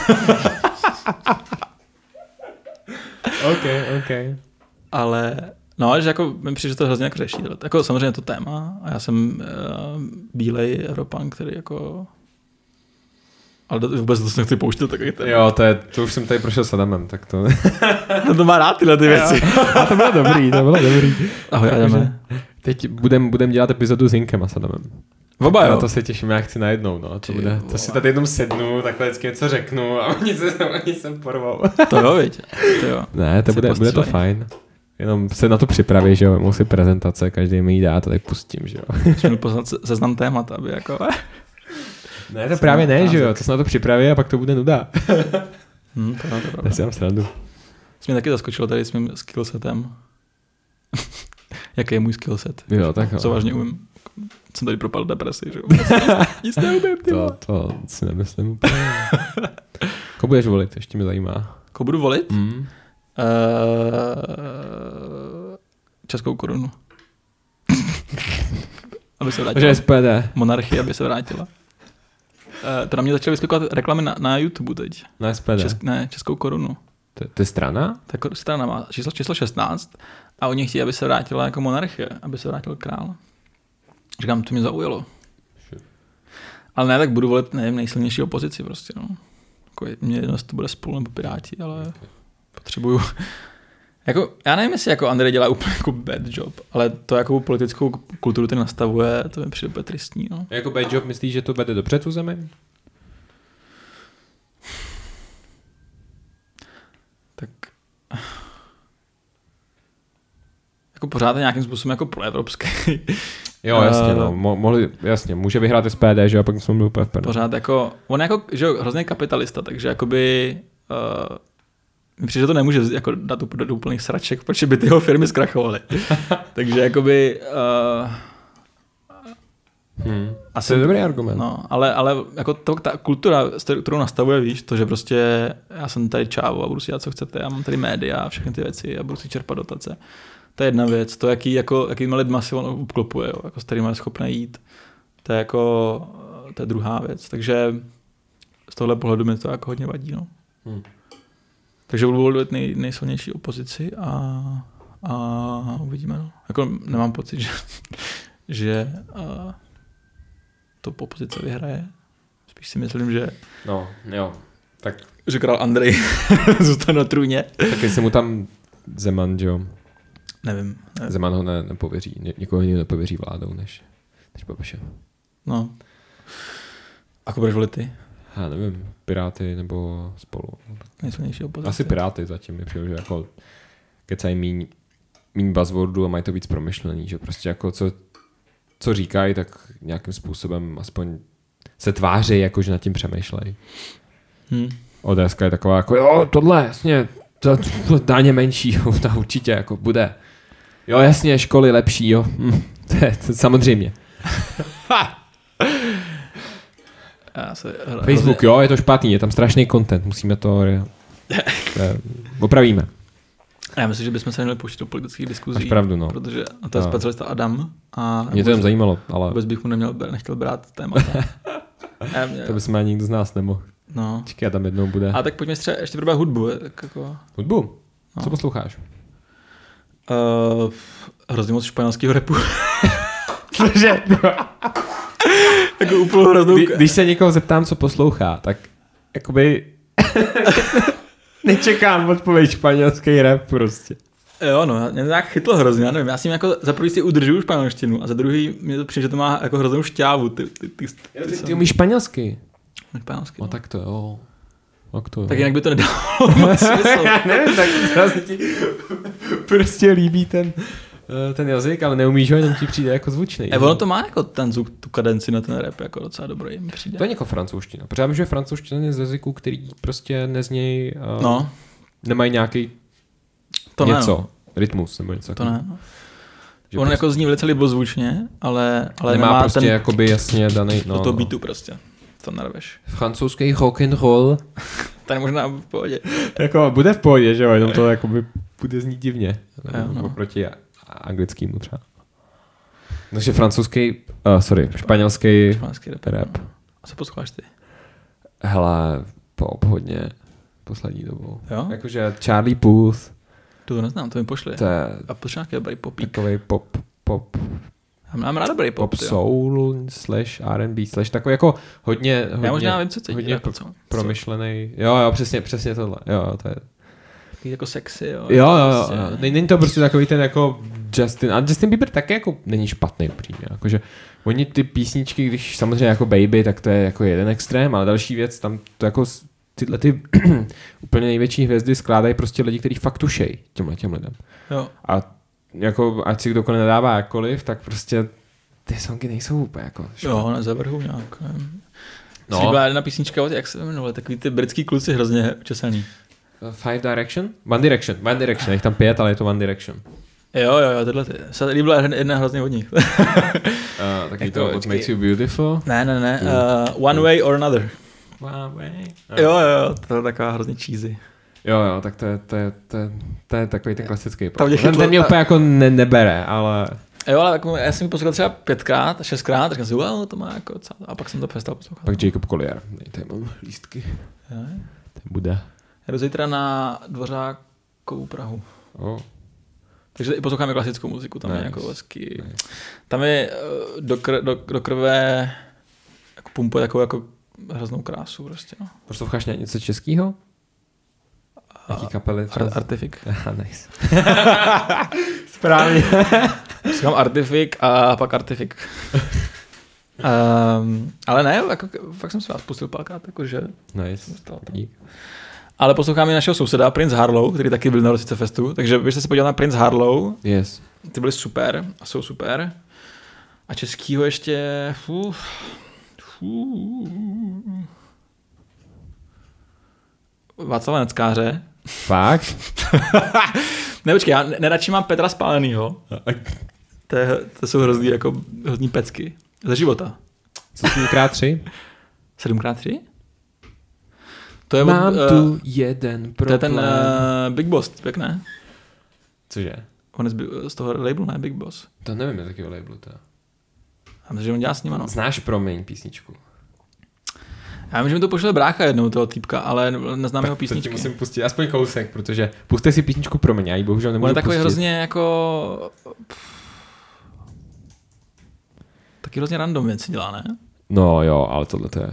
OK, OK. Ale no, že jako mi přijde, že to hrozně jako řeší. Jako samozřejmě to téma a já jsem uh, bílej Evropan, který jako... Ale to, vůbec to nechci pouštět takový téma. Jo, to, je, to už jsem tady prošel s Adamem, tak to... No to má rád tyhle ty věci. A to bylo dobrý, to bylo dobrý. Ahoj, jdeme. Teď budem, budem dělat epizodu s Hinkem a s Adamem. Oba, jo. Na to se těším, já chci najednou, no. To, bude, to si tady jednou sednu, takhle vždycky něco řeknu a oni se, oni se porvou. To jo, viď. To jo. Ne, to bude, bude to fajn. Jenom se na to připraví, že jo, musí prezentace, každý mi jí dá, to tak pustím, že jo. Musím poznat seznam témat, aby jako... Ne, to právě ne, že jo, to se na to připraví a pak to bude nuda. Hmm, to, no, to pravda. Já si mám srandu. Jsi mě taky zaskočil tady s mým skillsetem. Jaký je můj skillset? Jo, tak Co jo. vážně umím. jsem tady propadl depresi, že jo. Nic neumím, ty to, to si nemyslím úplně. Koho budeš volit, ještě mě zajímá. Koho budu volit? Mm. Uh, Českou korunu. Aby se vrátila. Že S P D. Monarchie, aby se vrátila. Uh, to na mě začaly vyskakovat reklamy na, na YouTube teď. Na S P D. Česk, ne, Českou korunu. To, to je strana? Ta strana má číslo, číslo šestnáct a oni chtějí, aby se vrátila jako monarchie, aby se vrátil král. Říkám, to mě zaujalo. Ale ne, tak budu volit, nevím, nejsilnější opozici prostě, no. Jako mě jedno, to bude Spolu nebo Piráti, ale okay. Potřebuju... Jako, já nevím, jestli jako Andrej dělá úplně jako bad job, ale to, jakou politickou kulturu ten nastavuje, to mi přijde úplně tristní, no. Jako bad job myslíš, že to vede dobře tu zemi? Tak... Jako pořád je nějakým způsobem jako proevropský. Jo, jasně, no. Mo- mohli, jasně, může vyhrát S P D, že? A pak jsme byli úplně v prdě. Pořád jako, on je jako, že jo, hrozný kapitalista, takže jakoby, uh, mi přijde, že to nemůže jako dát do úplných sraček, protože by ty jeho firmy zkrachovaly. Takže jakoby, uh, hmm. asi, to je dobrý argument. No, ale, ale jako to, ta kultura, kterou nastavuje, víš, to, že prostě já jsem tady čávo a budu si dělat, co chcete, já mám tady média a všechny ty věci a budu si čerpat dotace. To je jedna věc, to, jaký, jako, jakýma lidma si on obklopuje, jo, jako s kterýma je schopný jít, to je jako, to je druhá věc, takže z tohle pohledu mi to jako hodně vadí, no. Hmm. Takže budu volit nej, nejsilnější opozici a, a uvidíme, no. Jako nemám pocit, že, že a, to opozice vyhraje, spíš si myslím, že no, jo, tak že král Andrej zůstane na trůně. Tak jestli mu tam Zeman, že jo. Nevím. nevím. Zeman ho ne, nepověří, Ně, někoho jiného nepověří vládou, než, než Babiše. No. A budeš volit ty? Já nevím, Piráty nebo Spolu. Nejsilnější opozice. Asi Piráty zatím mi přijde, že jako kecají míň, míň buzzwordu a mají to víc promyšlený, že prostě jako co, co říkají, tak nějakým způsobem aspoň se tváří, jako že nad tím přemýšlejí. Hmm. O D S K je taková jako jo, tohle, jasně, to, to dáně menší, to určitě jako bude. Jo, jasně, školy lepší, jo. Hm, to je to samozřejmě. Já se, Facebook, jo, je to špatný, je tam strašný content, musíme to opravíme. Já myslím, že bychom se měli pouštět do politických diskuzí. Máš pravdu, no. Protože to je specialista Adam. A mě to jen zajímalo, ale... Vůbec bych mu neměl, nechtěl brát témata. mě... To bychom ani nikdo z nás nemohl. No. Čekaj, tam jednou bude. A tak pojďme třeba ještě probrat hudbu. Tak jako... Hudbu? No. Co posloucháš? Uh, hrozně moc španělského rapu. Cože? Jako úplnou hroznou... Kdy, když se někoho zeptám, co poslouchá, tak jakoby... Nečekám odpověď španělský rap prostě. Jo, no, mě to nějak chytlo hrozně, já nevím, já si jako za prvý si udržuju španělštinu a za druhý mě to přijde, že to má jako hroznou šťávu. Ty, ty, ty, ty, ty, ty umíš španělsky? Španělsky, no. No tak to jo. Tak, to tak jinak by to nedalo moc smysl. Já nevím, tak se ti prostě líbí ten, ten jazyk, ale neumíš ho, jenom ti přijde jako zvučný. E, ono to má jako ten zvuk, tu kadenci na ten rap jako docela dobrý, mi přijde. To je jako francouzština, protože já vím, že francouzština je z jazyku, který prostě nezněj, uh, no. nemají nějaký to něco, ne, no. rytmus nebo něco. To ne, no. Že on prostě jako zní velice libozvučně, ale, ale nemá, nemá prostě ten, jakoby jasně daný, no, do toho no. beatu prostě. To narveš. Francouzský rock and roll. Tady možná v pohodě. Jako bude v pohodě, že jo, jenom to jakoby bude znít divně. Jo, no. Oproti anglickému třeba. Takže francouzský, uh, sorry, španělský, španělský rap. rap. No. A co posloucháš ty? Hele, pop hodně poslední dobou. Jo? Jakože Charlie Puth. To neznám, to mi pošli. To je a pošli nějaký dobrý popík. Takovej pop, pop. Já mám rád dobrý pop, Pop soul slash R and B slash takový jako hodně, hodně, já možná vím, co cítí, hodně jako pro, promyšlený. Jo, jo, přesně, přesně tohle. Jo, to je. Takový jako sexy, jo. Jo, jo, prostě... jo. Není to prostě takový ten jako Justin. A Justin Bieber taky jako není špatný upřímně. Jakože oni ty písničky, když samozřejmě jako Baby, tak to je jako jeden extrém, ale další věc, tam to jako tyhle ty úplně největší hvězdy skládají prostě lidi, kteří fakt tušejí těmhle těm lidem. Jo. A jako, ať si kdokoliv nedává jakkoliv, tak prostě ty songy nejsou úplně jako špatný. Jo, nezavrhou nějak, nevím. No. Třeba jedna písnička, jak se jmenuje, takový ty britský kluci hrozně učesaný. Five Direction? One Direction, One Direction, jich tam pět, ale je to One Direction. Jo, jo, jo, tyhle ty. Se líbila jedna hrozně od nich. uh, taky to What Makes You Beautiful? Ne, ne, ne. Uh, one Way or Another. One Way. Jo, jo, to je taková hrozně cheesy. Jo, jo, tak to je, to je, to je, to je takový ten klasický pop. Ten, ten mě úplně jako ne, nebere, ale... Jo, ale jako, já jsem ji poslouchal třeba pětkrát, šestkrát, a říkal si, wow, to má jako docela... A pak jsem to přestal poslouchat. Pak Jacob Collier, tady mám lístky. Jo. Ten bude. Jdu zítra na Dvořákovou Prahu. Oh. Takže i posloucháme klasickou muziku, tam nice. Je jako hezky. Nice. Tam je do, kr, do, do krve jako pumpuje takovou jako hroznou krásu prostě, no. Posloucháš něco českýho? Jaký kapely? Ar- Artifik. Aha, nice. Správně. Poslouchám Artifik a pak Artifik. um, ale ne, jako, fakt jsem se vás pustil párkrát, jakože... Nice. Ale poslouchám i našeho souseda, Prince Harlow, který taky byl na Rosice Festu, takže běžte se podívat na Prince Harlow. Yes. Ty byly super a jsou super. A českýho ještě... Uf, uf, Václava Neckáře. Fakt? Ne, počkej, já neradši mám Petra Spálenýho. To, je, to jsou hrozný, jako, hrozný pecky. Ze života. Co sedm krát tři? sedm krát tři? To je Mám od, tu uh, jeden To problém. je ten uh, Big Boss, typek, ne? Cože? On je z, z toho labelu, ne? Big Boss. To nevím, z jakého labelu to. Já myslím, že on dělá s nima, no. Znáš Promiň písničku? Já vím, že mi to pošle brácha jednou toho týpka, ale neznám jeho písničky. To ti musím pustit aspoň kousek, protože puste si písničku Promiň, já ji bohužel nemůžu pustit. On je takový pustit. hrozně jako... Taky hrozně random věci dělá, ne? No jo, ale tohle to je...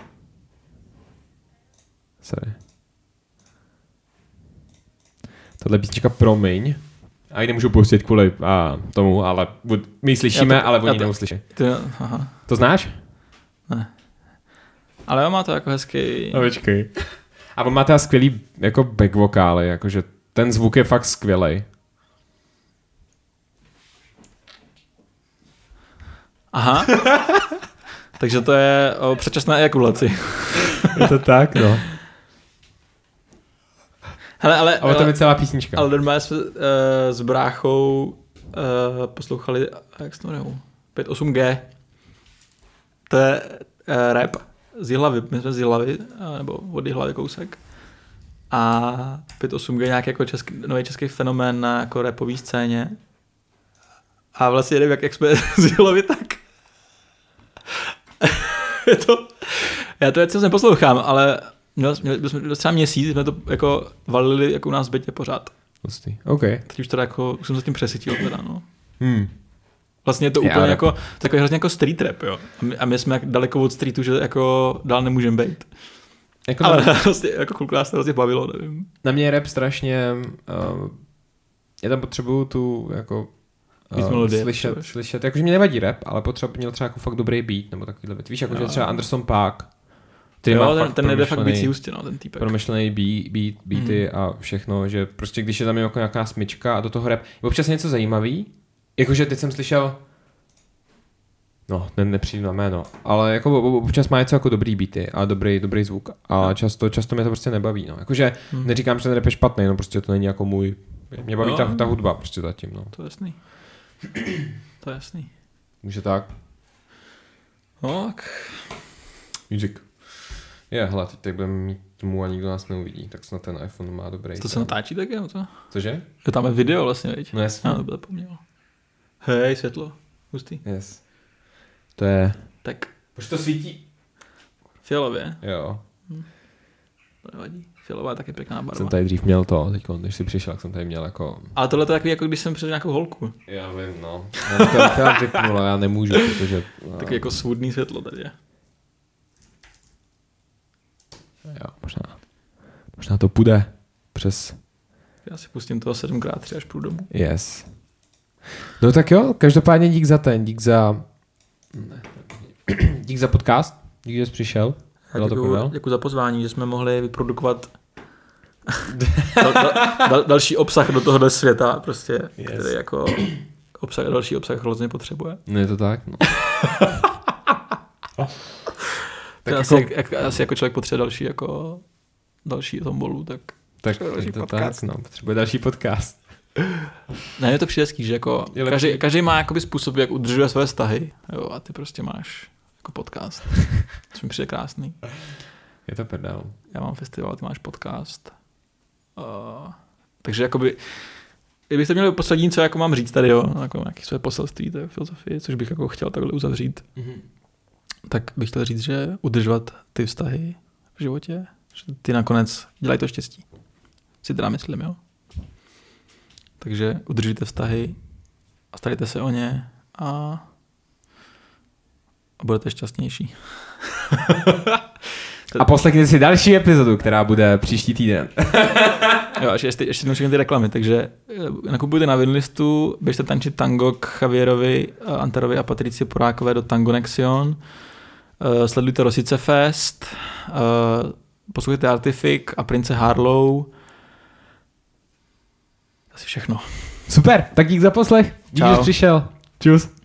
Sorry. Tohle písnička Promiň. A ji nemůžu pustit kvůli a, tomu, ale my ji slyšíme, to, ale oni to, neuslyší. To, aha. To znáš? Ne. Ale on má to jako hezký... No počkej. A on má teda skvělý jako back vokály, jakože ten zvuk je fakt skvělej. Aha. Takže to je o předčasné ejakulaci. Je to tak, no. Hele, ale, ale to je celá písnička. Ale normálně jsme uh, s bráchou uh, poslouchali, jak se to jmenuje? pět osm G. To je uh, rap z Jihlavy. My jsme z Jihlavy, uh, nebo od Jihlavy kousek. A pět osm G nějaký jako český, nový český fenomén na jako rapový scéně. A vlastně nevím, jak, jak jsme z Jihlavy, tak je to... Já to věc neposlouchám, ale měli, měli jsme třeba měsíc, jsme to jako valili jako u nás v bytě pořád. Hustý, OK. Teď už teda jako, už jsem se tím přesytil teda, no. Hmm. Vlastně je to úplně Já, jako, to takový hrozně jako street rap, jo. A my, a my jsme daleko od streetu, že jako dál nemůžeme být. Jako ale na... vlastně jako chvilku nás to hrozně bavilo, nevím. Na mě je rap strašně, uh, já tam potřebuju tu jako Uh, melodie, slyšet, slyšet, jakože mě nevadí rap, ale potřeba měl třeba jako fakt dobrý beat, nebo takovýhle věc. Víš, jakože no. třeba Anderson .Paak, který jo, má ten, ten nejde fakt být si hustě, no, ten týpek. Promyšlený beat, beat, beaty mm. a všechno, že prostě když je tam jako nějaká smyčka a do toho rap, občas něco zajímavý, jakože teď jsem slyšel, no, ne, nepřijdu na jméno, ale jako občas má něco jako dobrý beaty a dobrý, dobrý zvuk a no. často, často mě to prostě nebaví, no. Jakože mm. neříkám, že ten rap je špatný, no prostě to není jako můj, mě baví no. ta, ta hudba prostě zatím, no. To je jasný. To je jasný. Může tak. No, tak. Music. Je, hele, teď tak budeme mít tmu a nikdo nás neuvidí, tak snad ten iPhone má dobrý. To se natáčí tak, jo, to? Cože? To tam je video vlastně, viď? No jasně. Já to bude zapomněl. Hej, světlo. Hustý. Yes. To je... Tak. Proč to svítí? Fialově. Jo. Hm. To nevadí. Fialová je taky pěkná barva. Jsem tady dřív měl to, teď když jsi přišel, jsem tady měl jako... Ale tohle to je takový, jako když jsem přišel nějakou holku. Já vím, no. Já to teda vypnul, ale já nemůžu, protože... No. Taky jako svůdný světlo tady je. Jo, možná. Možná to půjde přes... Já si pustím toho sedm krát tři, až půjdu domů. Yes. No tak jo, každopádně dík za ten, dík za... dík za podcast, dík, že jsi přišel. Děkuji, děkuji za pozvání, že jsme mohli vyprodukovat dal, dal, dal, další obsah do tohohle světa, prostě, yes. Který jako obsah, další obsah hrozně potřebuje. No je to tak, no. tak asi, jako... Jak, jak, asi jako člověk potřebuje další jako další tombolu, tak tak je to podcast. Tak, no, potřebuje další podcast. Ne, je to přijeský, že jako každý, každý má jakoby způsob, jak udržuje své vztahy. Jo, a ty prostě máš jako podcast. To mi přijde krásný. Je to prdel. Já mám festival, ty máš podcast. Uh, takže jakoby, kdybyste měli poslední, co jako mám říct tady, jo, jako nějaké své poselství té filozofii, což bych jako chtěl takhle uzavřít, mm-hmm. tak bych chtěl říct, že udržovat ty vztahy v životě, že ty nakonec dělají to štěstí. Si teda myslím, jo. Takže udržujte vztahy a starejte se o ně a, a budete šťastnější. A poslechněte si další epizodu, která bude příští týden. Jo, až ještě, ještě všechny ty reklamy, takže nakupujte na Vinlistu, běžte tančit tango k Javierovi, Antarovi a Patrici Porákové do Tango Nexion, sledujte Rosice Fest, poslouchejte Artifik a Prince Harlow. Asi všechno. Super, tak dík za poslech. Dík, že jsi přišel. Čus.